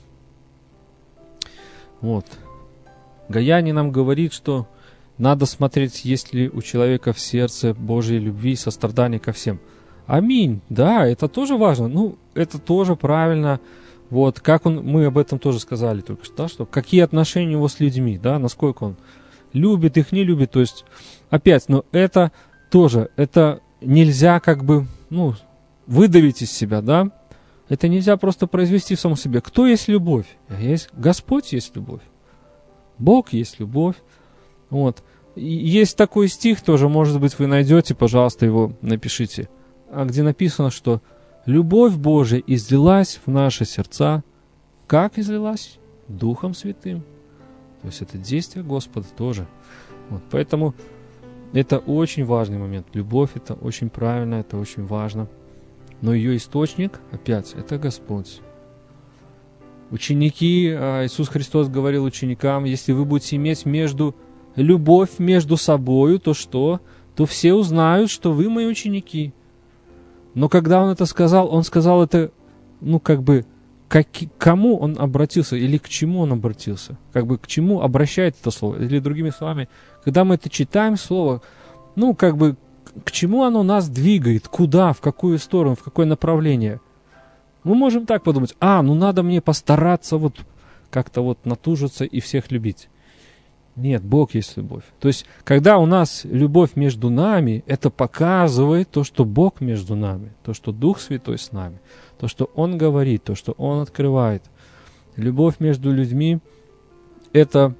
Speaker 1: Вот. Гаяне нам говорит, что надо смотреть, есть ли у человека в сердце Божьей любви и сострадания ко всем. Аминь. Да, это тоже важно. Это тоже правильно. Вот, как мы об этом тоже сказали только что, да, что какие отношения у него с людьми, да, насколько он любит их, не любит. То есть, опять, но это тоже, это нельзя как бы, выдавить из себя, да. Это нельзя просто произвести в самом себе. Кто есть любовь? Господь есть любовь. Бог есть любовь. Вот. И есть такой стих тоже, может быть, вы найдете, пожалуйста, его напишите, где написано, что любовь Божия излилась в наши сердца. Как излилась? Духом Святым. То есть это действие Господа тоже. Вот. Поэтому Это очень важный момент. Любовь — это очень правильно, это очень важно. Но ее источник, опять, это Господь. Ученики, Иисус Христос говорил ученикам, если вы будете иметь любовь между собою, то что? То все узнают, что вы мои ученики. Но когда Он это сказал, Он сказал это, к кому Он обратился или к чему Он обратился? К чему обращает это слово? Или другими словами, когда мы это читаем слово, к чему оно нас двигает? Куда? В какую сторону? В какое направление? Мы можем так подумать, надо мне постараться как-то натужиться и всех любить. Нет, Бог есть любовь. То есть, когда у нас любовь между нами, это показывает то, что Бог между нами, то, что Дух Святой с нами, то, что Он говорит, то, что Он открывает. Любовь между людьми, это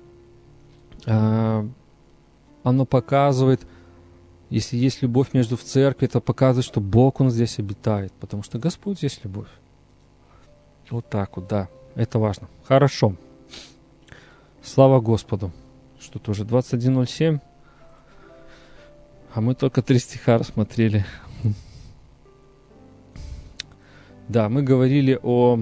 Speaker 1: оно показывает, если есть любовь в церкви, это показывает, что Бог, Он здесь обитает, потому что Господь есть любовь. Вот так вот, да, это важно. Хорошо. Слава Господу. Что-то уже 21:07, а мы только 3 стиха рассмотрели. Да, мы говорили о...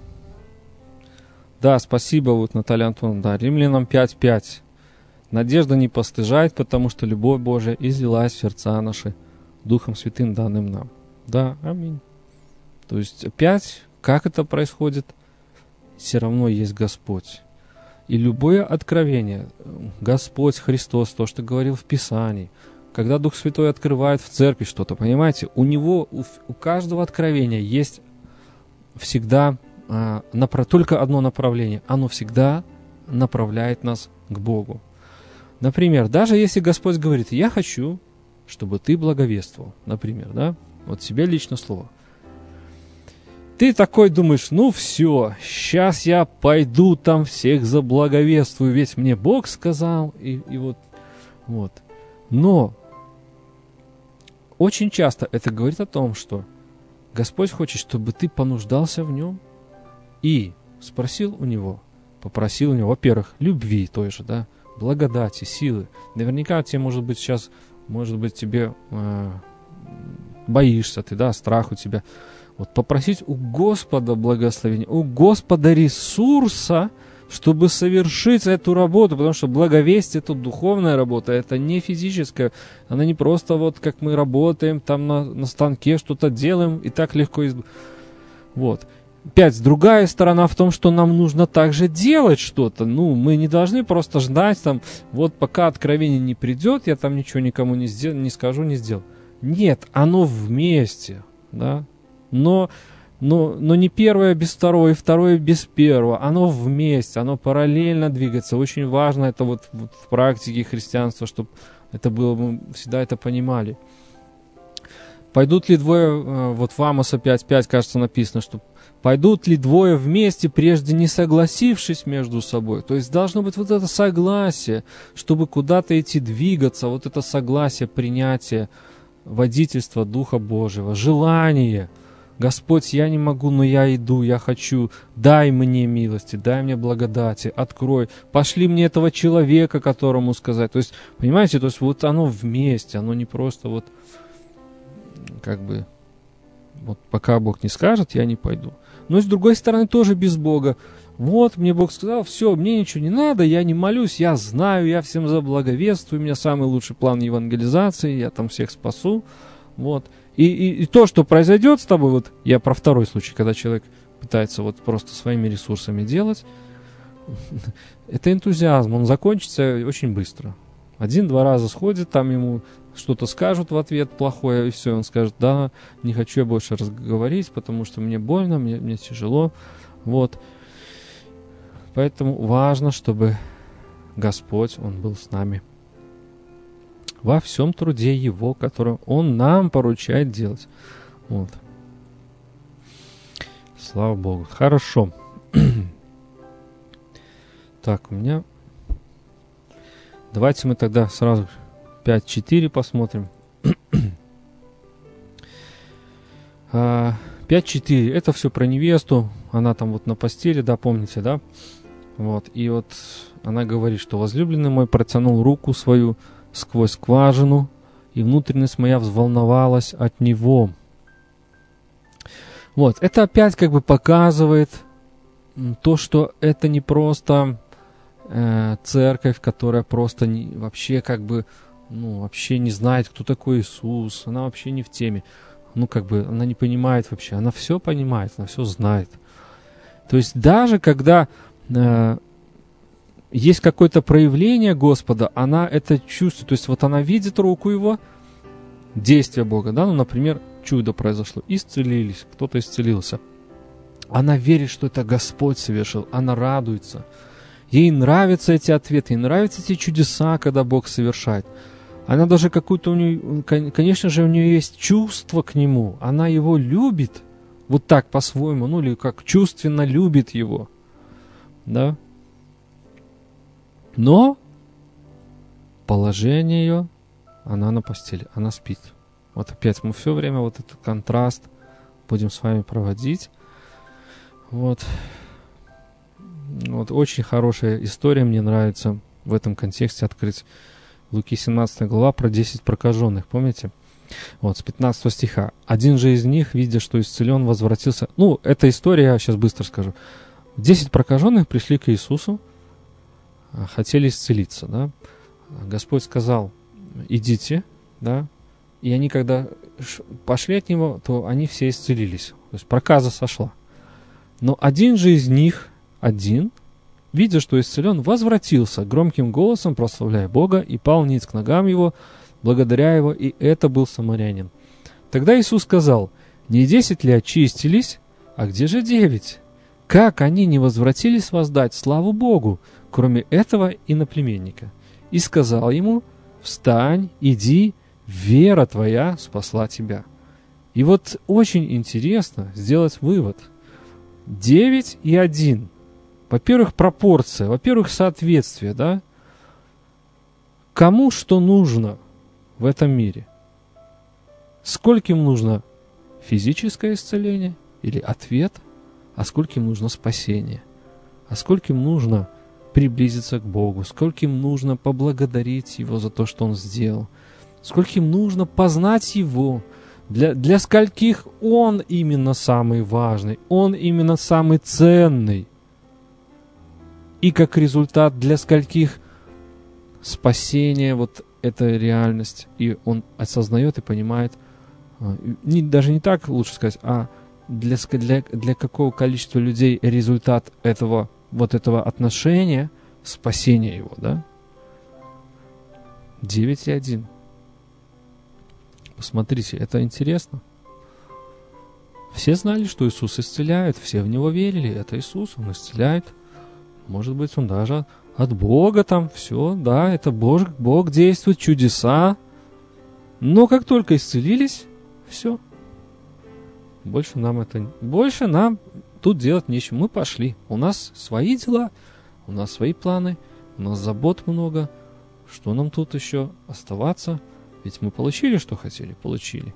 Speaker 1: Да, спасибо, Наталья Антоновна, да, Римлянам 5:5. Надежда не постыжает, потому что любовь Божия излилась в сердца наши Духом Святым, данным нам. Да, аминь. То есть опять, как это происходит? Все равно есть Господь. И любое откровение, Господь, Христос, то, что говорил в Писании, когда Дух Святой открывает в церкви что-то, понимаете, у каждого откровения есть всегда только одно направление. Оно всегда направляет нас к Богу. Например, даже если Господь говорит, я хочу, чтобы ты благовествовал, например, да, вот тебе лично слово. Ты такой думаешь, все, сейчас я пойду там всех заблаговествую, ведь мне Бог сказал, и вот. Но очень часто это говорит о том, что Господь хочет, чтобы ты понуждался в Нем и попросил у Него, во-первых, любви той же, да, благодати, силы. Наверняка тебе, может быть, тебе боишься ты, да, страх у тебя. Попросить у Господа благословения, у Господа ресурса, чтобы совершить эту работу, потому что благовестие — это духовная работа, это не физическая, она не просто как мы работаем, там на станке что-то делаем и так легко. Опять, другая сторона в том, что нам нужно также делать что-то. Мы не должны просто ждать, пока откровение не придет, я там ничего никому не скажу, не сделаю. Нет, оно вместе, да. Но не первое без второго, и второе без первого. Оно вместе, оно параллельно двигается. Очень важно это в практике христианства, чтобы это было, мы всегда это понимали. Пойдут ли двое, в Амоса 5:5, кажется, написано, что пойдут ли двое вместе, прежде не согласившись между собой. То есть должно быть это согласие, чтобы куда-то идти, двигаться, это согласие, принятие, водительство Духа Божьего, желание. Господь, я не могу, но я иду, я хочу, дай мне милости, дай мне благодати, открой, пошли мне этого человека, которому сказать. То есть, понимаете, оно вместе, оно не просто пока Бог не скажет, я не пойду. Но с другой стороны, тоже без Бога. Мне Бог сказал, все, мне ничего не надо, я не молюсь, я знаю, я всем заблаговествую, у меня самый лучший план евангелизации, я там всех спасу, И то, что произойдет с тобой, я про второй случай, когда человек пытается просто своими ресурсами делать, это энтузиазм, он закончится очень быстро. 1-2 раза сходит, там ему что-то скажут в ответ плохое, и все, он скажет, да, не хочу я больше разговаривать, потому что мне больно, мне тяжело, Поэтому важно, чтобы Господь, Он был с нами во всем труде Его, который Он нам поручает делать. Слава Богу. Хорошо. Так, у меня... Давайте мы тогда сразу 5:4 посмотрим. 5:4. Это все про невесту. Она там на постели, да, помните, да? И она говорит, что возлюбленный мой протянул руку свою сквозь скважину, и внутренность моя взволновалась от Него. Вот, это опять как бы показывает то, что это не просто церковь, которая просто вообще как бы, вообще не знает, кто такой Иисус, она вообще не в теме. Как бы она не понимает вообще, она все понимает, она все знает. То есть даже когда есть какое-то проявление Господа, она это чувствует. То есть вот она видит руку Его, действие Бога, да, например, чудо произошло, исцелились, кто-то исцелился. Она верит, что это Господь совершил, она радуется. Ей нравятся эти ответы, ей нравятся эти чудеса, когда Бог совершает. Она даже какую-то у нее, конечно же, у нее есть чувство к Нему, она Его любит, вот так по-своему, или как чувственно любит Его, да. Но положение ее, она на постели, она спит. Вот опять мы все время вот этот контраст будем с вами проводить. Вот очень хорошая история, мне нравится в этом контексте открыть. Луки 17 глава про 10 прокаженных, помните? Вот, с 15 стиха. Один же из них, видя, что исцелен, возвратился. Эта история, я сейчас быстро скажу. 10 прокаженных пришли к Иисусу, хотели исцелиться, да. Господь сказал, идите, да. И они, когда пошли от Него, то они все исцелились. То есть проказа сошла. Но один же из них, видя, что исцелен, возвратился, громким голосом прославляя Бога, и пал ниц к ногам Его, благодаря Его, и это был самарянин. Тогда Иисус сказал, не 10 ли очистились, а где же 9? Как они не возвратились воздать славу Богу, кроме этого иноплеменника? И сказал ему, встань, иди, вера твоя спасла тебя. И вот очень интересно сделать вывод. 9 и 1. Во-первых, пропорция, во-первых, соответствие, да? Кому что нужно в этом мире? Скольким нужно физическое исцеление или ответ, а скольким нужно спасение? А скольким нужно приблизиться к Богу? Скольким нужно поблагодарить Его за то, что Он сделал? Скольким нужно познать Его? Для скольких Он именно самый важный, Он именно самый ценный. И как результат, для скольких спасение, вот эта реальность, и он осознает и понимает, даже не так лучше сказать, а для какого количества людей результат этого отношения, спасения его, да? 9 и 1. Посмотрите, это интересно. Все знали, что Иисус исцеляет, все в Него верили, это Иисус, Он исцеляет. Может быть, Он даже от Бога там, все, да, это Бог действует, чудеса. Но как только исцелились, все. Больше нам тут делать нечего. Мы пошли. У нас свои дела, у нас свои планы, у нас забот много. Что нам тут еще оставаться? Ведь мы получили, что хотели, получили.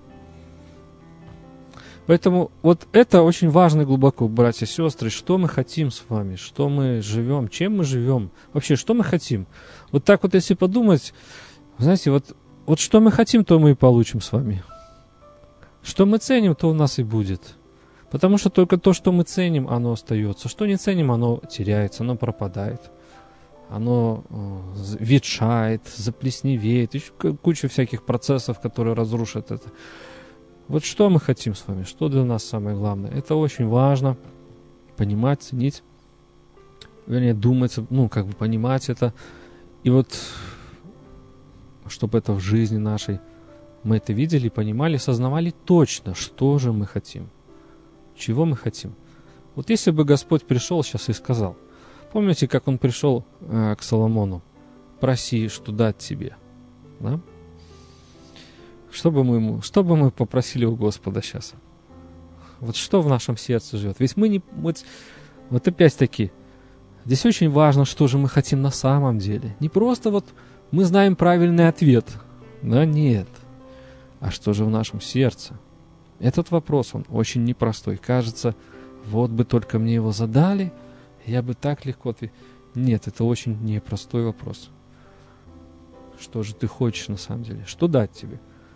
Speaker 1: Поэтому вот это очень важно глубоко, братья и сестры, что мы хотим с вами, что мы живем, чем мы живем, вообще, что мы хотим. Вот так вот, если подумать, знаете, вот что мы хотим, то мы и получим с вами. Что мы ценим, то у нас и будет. Потому что только то, что мы ценим, оно остается. Что не ценим, оно теряется, оно пропадает. Оно ветшает, заплесневеет, еще куча всяких процессов, которые разрушат это. Вот что мы хотим с вами, что для нас самое главное. Это очень важно понимать, ценить, вернее, думать, понимать это. И вот, чтобы это в жизни нашей мы это видели, понимали, сознавали точно, что же мы хотим, чего мы хотим. Вот если бы Господь пришел сейчас и сказал, помните, как Он пришел к Соломону, проси, что дать тебе, да? Что бы мы попросили у Господа сейчас? Вот что в нашем сердце живет? Ведь мы не... Вот опять-таки, здесь очень важно, что же мы хотим на самом деле. Не просто мы знаем правильный ответ. Да, нет. А что же в нашем сердце? Этот вопрос, он очень непростой. Кажется, вот бы только мне его задали, я бы так легко ответил. Нет, это очень непростой вопрос. что же ты хочешь на самом деле, что дать тебе.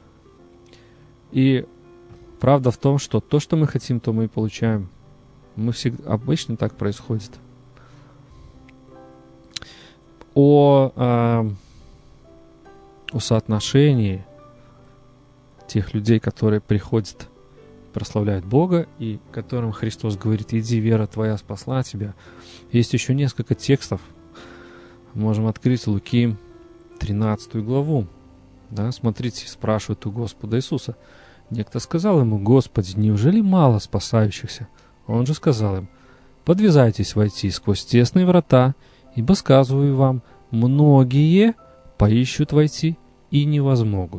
Speaker 1: И правда в том, что то, что мы хотим, то мы и получаем. Мы всегда, обычно так происходит. О соотношении тех людей, которые приходят, прославляют Бога, и которым Христос говорит: иди, вера твоя спасла тебя. Есть еще несколько текстов. Можем открыть Луки 13 главу. Да, смотрите, спрашивают у Господа Иисуса. Некто сказал ему: Господи, неужели мало спасающихся? Он же сказал им: подвязайтесь войти сквозь тесные врата, ибо сказываю вам, многие поищут войти и не возмогут.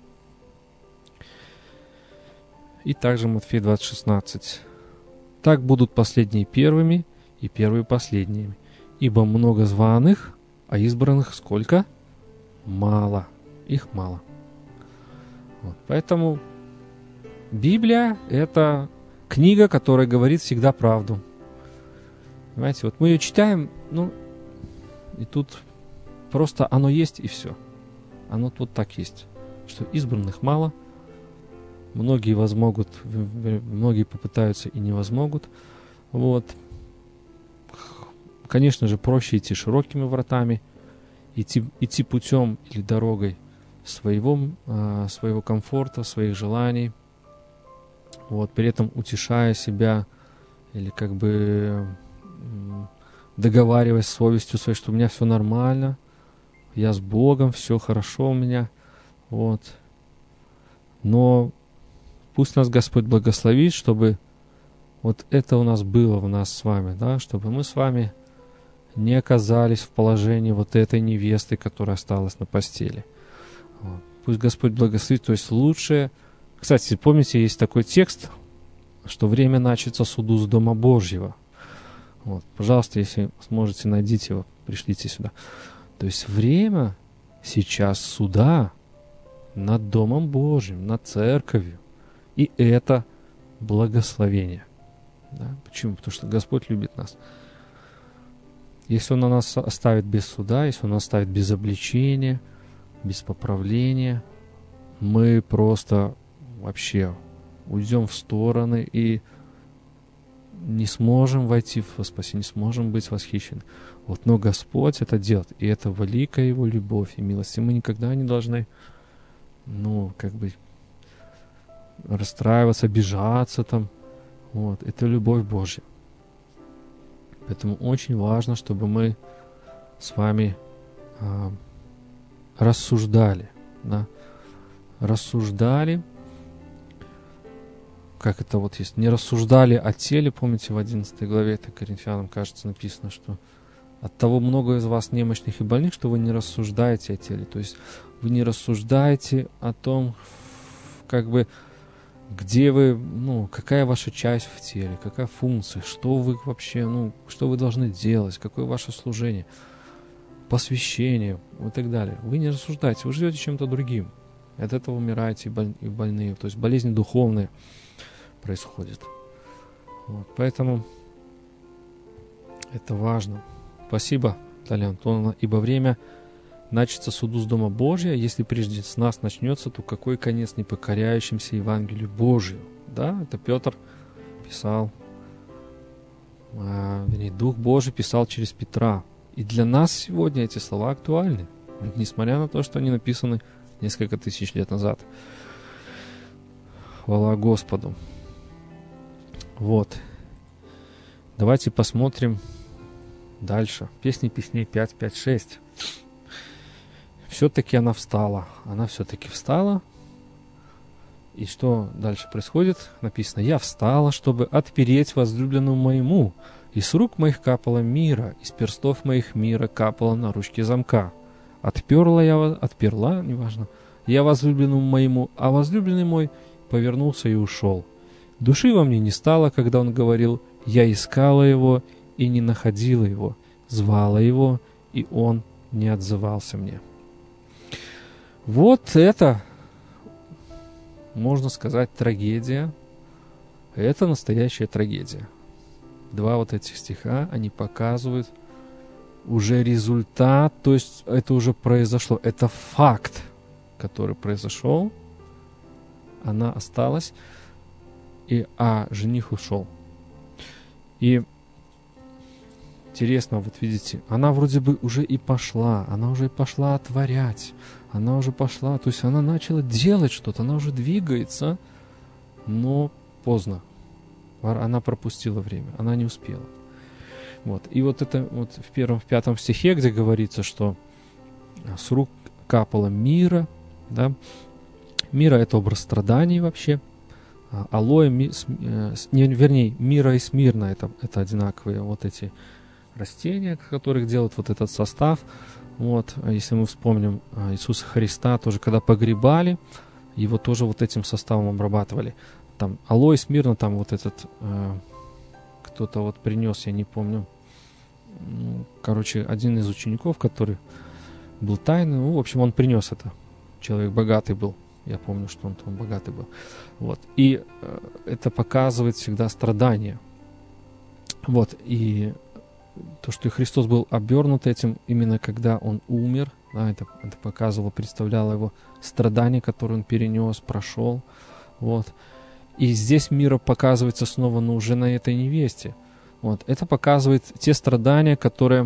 Speaker 1: И также Матфея 20:16. Так будут последние первыми, и первые последними. Ибо много званых, а избранных сколько? Мало. Их мало. Вот. Поэтому Библия — это книга, которая говорит всегда правду. Понимаете, вот мы ее читаем, и тут просто оно есть, и все. Оно вот так есть, что избранных мало, многие возмогут, многие попытаются и не возмогут. Вот. Конечно же, проще идти широкими вратами, идти путем или дорогой своего комфорта, своих желаний, вот, при этом утешая себя или как бы договариваясь с совестью своей, что у меня все нормально, я с Богом, все хорошо у меня, вот. Но пусть нас Господь благословит, чтобы вот это у нас было в нас с вами, да, чтобы мы с вами не оказались в положении вот этой невесты, которая осталась на постели. Вот. Пусть Господь благословит, то есть лучшее. Кстати, помните, есть такой текст, что время начаться суду с Дома Божьего. Вот. Пожалуйста, если сможете, найдите его, пришлите сюда. То есть время сейчас суда над Домом Божьим, над Церковью. И это благословение. Да? Почему? Потому что Господь любит нас. Если Он нас оставит без суда, если Он оставит без обличения, без поправления, мы просто вообще уйдем в стороны и не сможем войти в спасение, не сможем быть восхищены. Вот, но Господь это делает, и это великая Его любовь и милость. И мы никогда не должны, расстраиваться, обижаться там. Вот, это любовь Божья. Поэтому очень важно, чтобы мы с вами рассуждали, да? Рассуждали, как это вот есть, не рассуждали о теле, помните, в 11 главе, это Коринфянам, кажется, написано, что от того много из вас немощных и больных, что вы не рассуждаете о теле, то есть вы не рассуждаете о том, как бы, где вы, какая ваша часть в теле, какая функция, что вы вообще, что вы должны делать, какое ваше служение, посвящение и так далее. Вы не рассуждаете, вы живете чем-то другим. От этого умираете и больные, то есть болезни духовные происходят. Вот, поэтому это важно. Спасибо, Наталья Антоновна, ибо время начаться суду с Дома Божия. Если прежде с нас начнется, то какой конец непокоряющимся Евангелию Божию? Да, это Петр писал, Дух Божий писал через Петра. И для нас сегодня эти слова актуальны, несмотря на то, что они написаны несколько тысяч лет назад. Хвала Господу. Вот. Давайте посмотрим дальше. Песни песней 5.5.6. Все-таки она встала. Она все-таки встала. И что дальше происходит? Написано: «Я встала, чтобы отпереть возлюбленному моему, и с рук моих капало мира, из перстов моих мира капало на ручке замка. Отперла, неважно, я возлюбленному моему, а возлюбленный мой повернулся и ушел. Души во мне не стало, когда он говорил: я искала его и не находила его, звала его, и он не отзывался мне». Вот это, можно сказать, трагедия. Это настоящая трагедия. Два вот этих стиха, они показывают уже результат, то есть это уже произошло, это факт, который произошел, она осталась, а жених ушел. И интересно, вот видите, она вроде бы уже и пошла, она уже пошла отворять, она уже пошла, то есть она начала делать что-то, она уже двигается, но поздно. Она пропустила время, она не успела. Вот. И вот это вот в 5 стихе, где говорится, что с рук капало мира, да, мира — это образ страданий вообще, алоэ, мира и смирна — это одинаковые вот эти растения, из которых делают вот этот состав. Вот. Если мы вспомним Иисуса Христа, тоже когда погребали, его тоже вот этим составом обрабатывали. Там алоэ, смирна, там вот этот... кто-то вот принес, я не помню. Короче, один из учеников, который был тайный, в общем, он принес это. Человек богатый был. Я помню, что он там богатый был. Вот. И это показывает всегда страдания. Вот. И то, что и Христос был обернут этим, именно когда он умер, да, это показывало, представляло его страдания, которые он перенес, прошел. Вот. И здесь мир показывается снова, но уже на этой невесте. Вот. Это показывает те страдания, которые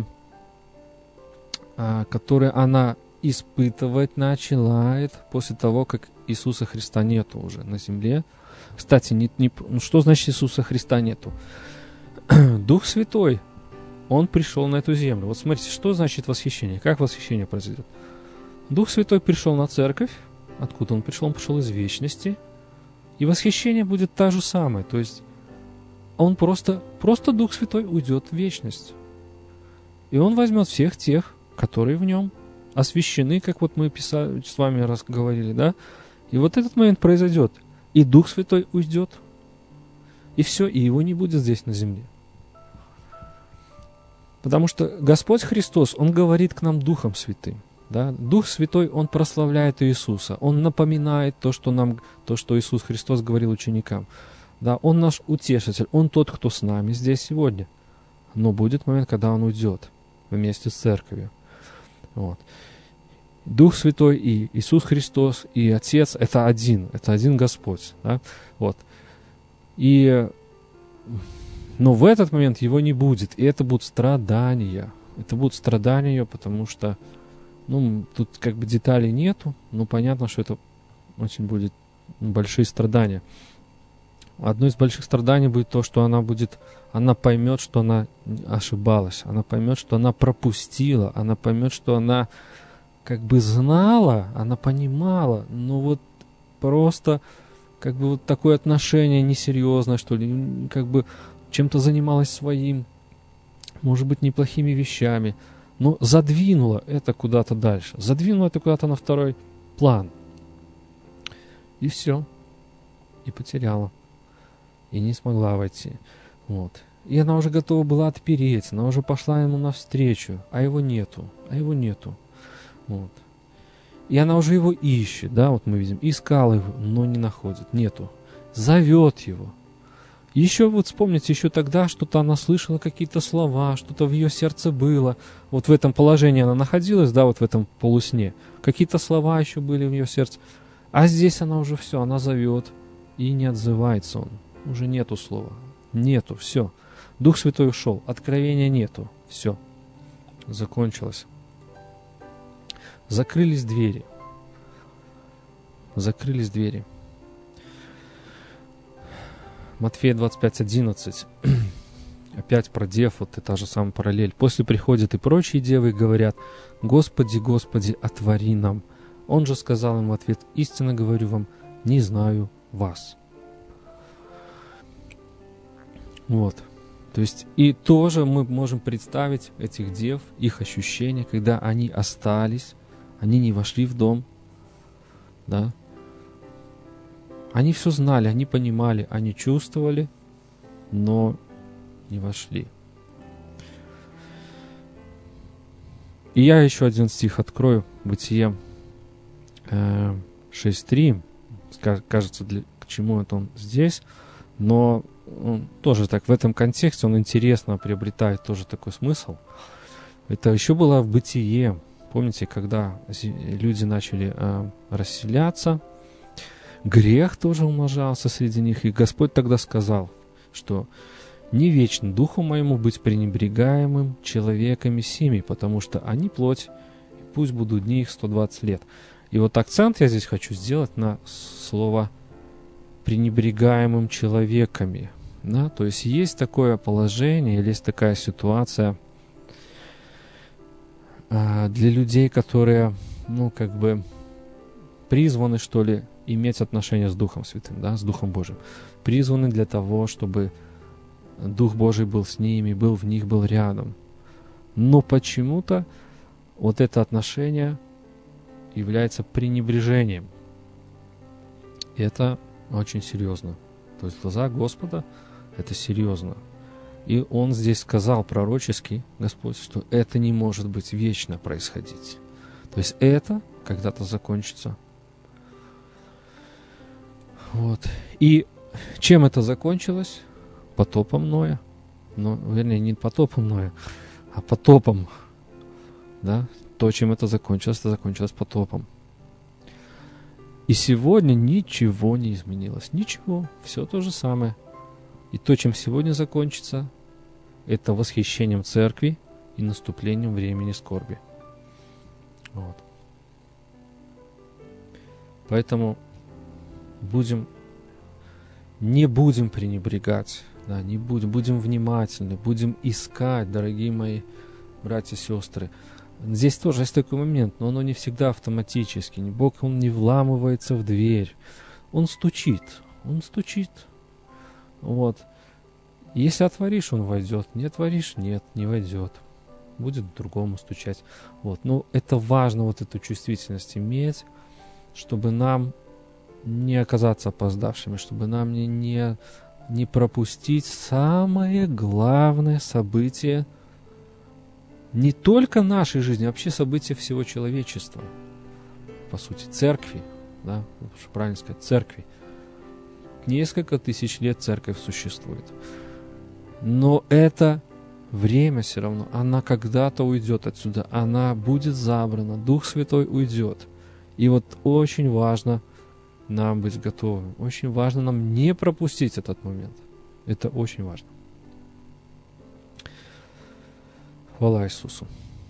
Speaker 1: она испытывать начинает после того, как Иисуса Христа нету уже на земле. Кстати, что значит Иисуса Христа нету? Дух Святой, Он пришел на эту землю. Вот смотрите, что значит восхищение? Как восхищение произойдет? Дух Святой пришел на церковь. Откуда Он пришел? Он пришел из вечности. И восхищение будет та же самая. То есть он просто Дух Святой уйдет в вечность. И он возьмет всех тех, которые в нем освящены, как вот мы с вами говорили, да? И вот этот момент произойдет. И Дух Святой уйдет. И все, и его не будет здесь на земле. Потому что Господь Христос, Он говорит к нам Духом Святым. Да? Дух Святой, Он прославляет Иисуса. Он напоминает то, что Иисус Христос говорил ученикам. Да? Он наш утешитель. Он тот, кто с нами здесь сегодня. Но будет момент, когда Он уйдет вместе с церковью. Вот. Дух Святой и Иисус Христос и Отец — это один Господь. Да? Вот. Но в этот момент Его не будет. И это будут страдания. Это будут страдания, потому что тут как бы деталей нету, но понятно, что это очень будет большие страдания. Одно из больших страданий будет то, что она поймет, что она ошибалась, она поймет, что она пропустила, она поймет, что она как бы знала, она понимала, но вот просто как бы вот такое отношение несерьезное, что ли, как бы чем-то занималась своим, может быть, неплохими вещами, но задвинула это куда-то дальше, задвинула это куда-то на второй план. И все. И потеряла. И не смогла войти. Вот. И она уже готова была отпереть, она уже пошла ему навстречу, а его нету. Вот. И она уже его ищет, да, вот мы видим, искала его, но не находит, нету. Зовет его. Еще вот вспомните, еще тогда что-то она слышала, какие-то слова, что-то в ее сердце было. Вот в этом положении она находилась, да, вот в этом полусне. Какие-то слова еще были в ее сердце. А здесь она уже все, она зовет, и не отзывается он. Уже нету слова. Нету, все. Дух Святой ушел, откровения нету. Все. Закончилось. Закрылись двери. Матфея 25:11. Опять про дев, вот та же самая параллель. После приходят и прочие девы и говорят: «Господи, Господи, отвори нам». Он же сказал им в ответ: «Истинно говорю вам, не знаю вас». Вот. То есть и тоже мы можем представить этих дев, их ощущения, когда они остались, они не вошли в дом, да. Они все знали, они понимали, они чувствовали, но не вошли. И я еще один стих открою, Бытие 6:3. Кажется, к чему это он здесь, но он тоже так в этом контексте он интересно приобретает тоже такой смысл. Это еще было в Бытие. Помните, когда люди начали расселяться, грех тоже умножался среди них, и Господь тогда сказал, что не вечно духу моему быть пренебрегаемым человеками сими, потому что они плоть, и пусть будут дни их 120 лет. И вот акцент я здесь хочу сделать на слово пренебрегаемым человеками. Да? То есть такое положение, или есть такая ситуация для людей, которые, призваны, что ли, иметь отношения с Духом Святым, да, с Духом Божиим. Призваны для того, чтобы Дух Божий был с ними, был в них, был рядом. Но почему-то вот это отношение является пренебрежением. И это очень серьезно. То есть в глазах Господа это серьезно. И Он здесь сказал пророчески, Господь, что это не может быть вечно происходить. То есть это когда-то закончится. Вот. И чем это закончилось? Потопом Ноя. Вернее, не потопом Ноя, а потопом. Да? То, чем это закончилось потопом. И сегодня ничего не изменилось. Ничего. Все то же самое. И то, чем сегодня закончится, это восхищением церкви и наступлением времени скорби. Вот. Поэтому не будем пренебрегать, да, будем внимательны, будем искать, дорогие мои братья и сестры. Здесь тоже есть такой момент, но оно не всегда автоматически. Бог, Он не вламывается в дверь. Он стучит. Вот. Если отворишь, Он войдет. Не отворишь, нет, не войдет. Будет другому стучать. Вот. Но это важно, вот эту чувствительность иметь, чтобы нам не оказаться опоздавшими, чтобы нам не пропустить самое главное событие не только нашей жизни, а вообще событие всего человечества. По сути, церкви, да, лучше правильно сказать, церкви. Несколько тысяч лет церковь существует. Но это время все равно, она когда-то уйдет отсюда, она будет забрана, Дух Святой уйдет. И вот очень важно нам быть готовым, очень важно нам не пропустить этот момент. Это очень важно. Хвала Иисусу.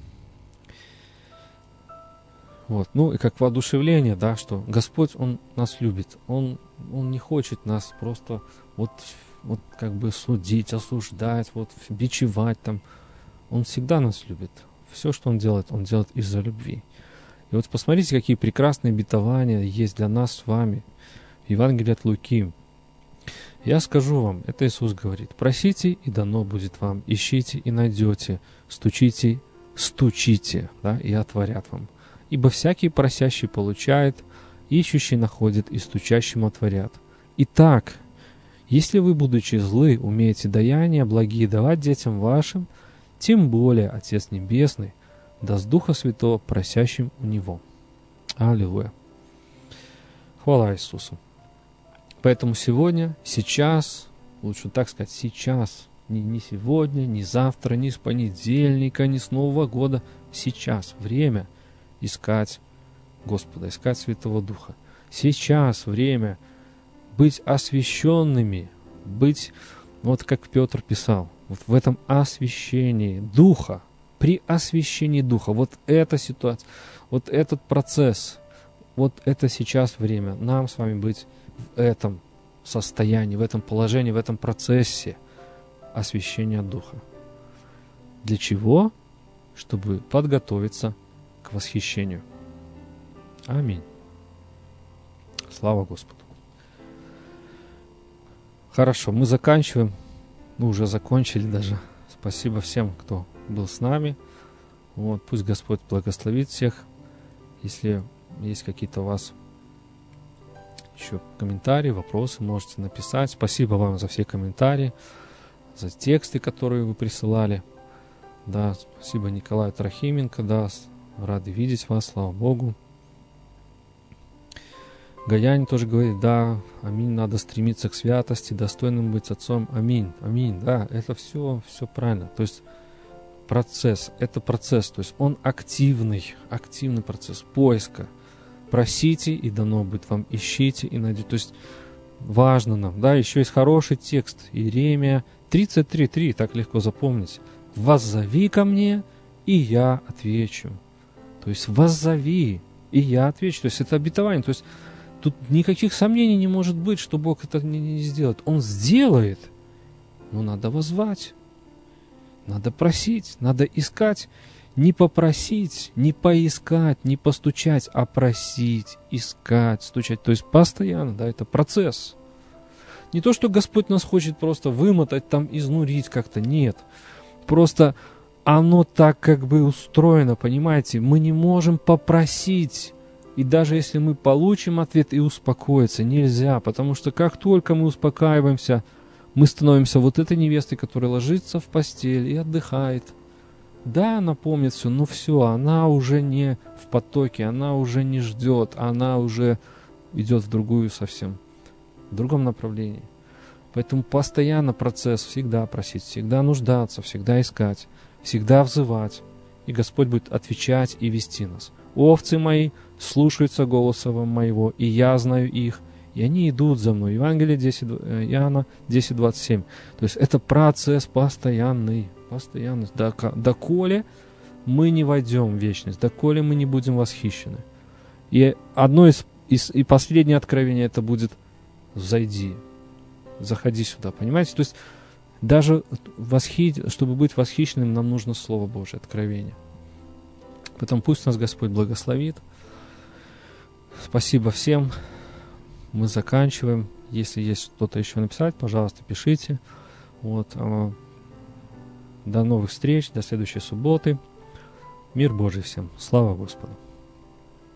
Speaker 1: Вот. И как воодушевление, да, что Господь, Он нас любит. Он не хочет нас просто вот как бы судить, осуждать, бичевать там. Он всегда нас любит. Все, что Он делает из-за любви. И вот посмотрите, какие прекрасные обетования есть для нас с вами в Евангелии от Луки. Я скажу вам, это Иисус говорит: просите, и дано будет вам, ищите, и найдете, стучите, да, и отворят вам. Ибо всякий просящий получает, ищущий находит, и стучащему отворят. Итак, если вы, будучи злы, умеете даяния благие давать детям вашим, тем более Отец Небесный даст Духа Святого просящим у Него. Аллилуйя. Хвала Иисусу. Поэтому сегодня, сейчас, лучше так сказать, сейчас, не сегодня, не завтра, не с понедельника, не с Нового года, сейчас время искать Господа, искать Святого Духа. Сейчас время быть освященными, быть, вот как Петр писал, вот в этом освящении Духа, при освящении Духа, вот эта ситуация, вот этот процесс, вот это сейчас время нам с вами быть в этом состоянии, в этом положении, в этом процессе освящения Духа. Для чего? Чтобы подготовиться к восхищению. Аминь. Слава Господу. Хорошо, мы заканчиваем. Уже закончили даже. Спасибо всем, кто был с нами. Вот, пусть Господь благословит всех. Если есть какие-то у вас еще комментарии, вопросы, можете написать. Спасибо вам за все комментарии, за тексты, которые вы присылали. Да, спасибо Николаю Трохименко, да, рады видеть вас, слава Богу. Гаянь тоже говорит: да, аминь, надо стремиться к святости, достойным быть отцом, аминь, да, это все правильно. То есть процесс. Это процесс, то есть он активный процесс поиска. Просите, и дано будет вам, ищите, и найдете. То есть важно нам, да, еще есть хороший текст, Иеремия 33:3, так легко запомнить. «Воззови ко мне, и я отвечу». То есть воззови, и я отвечу. То есть это обетование. То есть тут никаких сомнений не может быть, что Бог это не сделает. Он сделает, но надо воззвать, надо просить, надо искать. Не попросить, не поискать, не постучать, а просить, искать, стучать. То есть постоянно, да, это процесс. Не то, что Господь нас хочет просто вымотать, там, изнурить как-то, нет. Просто оно так как бы устроено, понимаете? Мы не можем попросить, и даже если мы получим ответ и успокоиться, нельзя, потому что как только мы успокаиваемся, мы становимся вот этой невестой, которая ложится в постель и отдыхает. Да, она помнит все, но все, она уже не в потоке, она уже не ждет, она уже идет в другую совсем, в другом направлении. Поэтому постоянно процесс, всегда просить, всегда нуждаться, всегда искать, всегда взывать. И Господь будет отвечать и вести нас. «Овцы мои слушаются голоса моего, и я знаю их, и они идут за мной». Евангелие Иоанна 10:27. То есть это процесс постоянный. Постоянность, доколе мы не войдем в вечность, доколе мы не будем восхищены. И одно и последнее откровение это будет: «Зайди, заходи сюда», понимаете? То есть даже чтобы быть восхищенным, нам нужно Слово Божие, откровение. Поэтому пусть нас Господь благословит. Спасибо всем. Мы заканчиваем. Если есть что-то еще написать, пожалуйста, пишите. Вот. До новых встреч, до следующей субботы. Мир Божий всем. Слава Господу.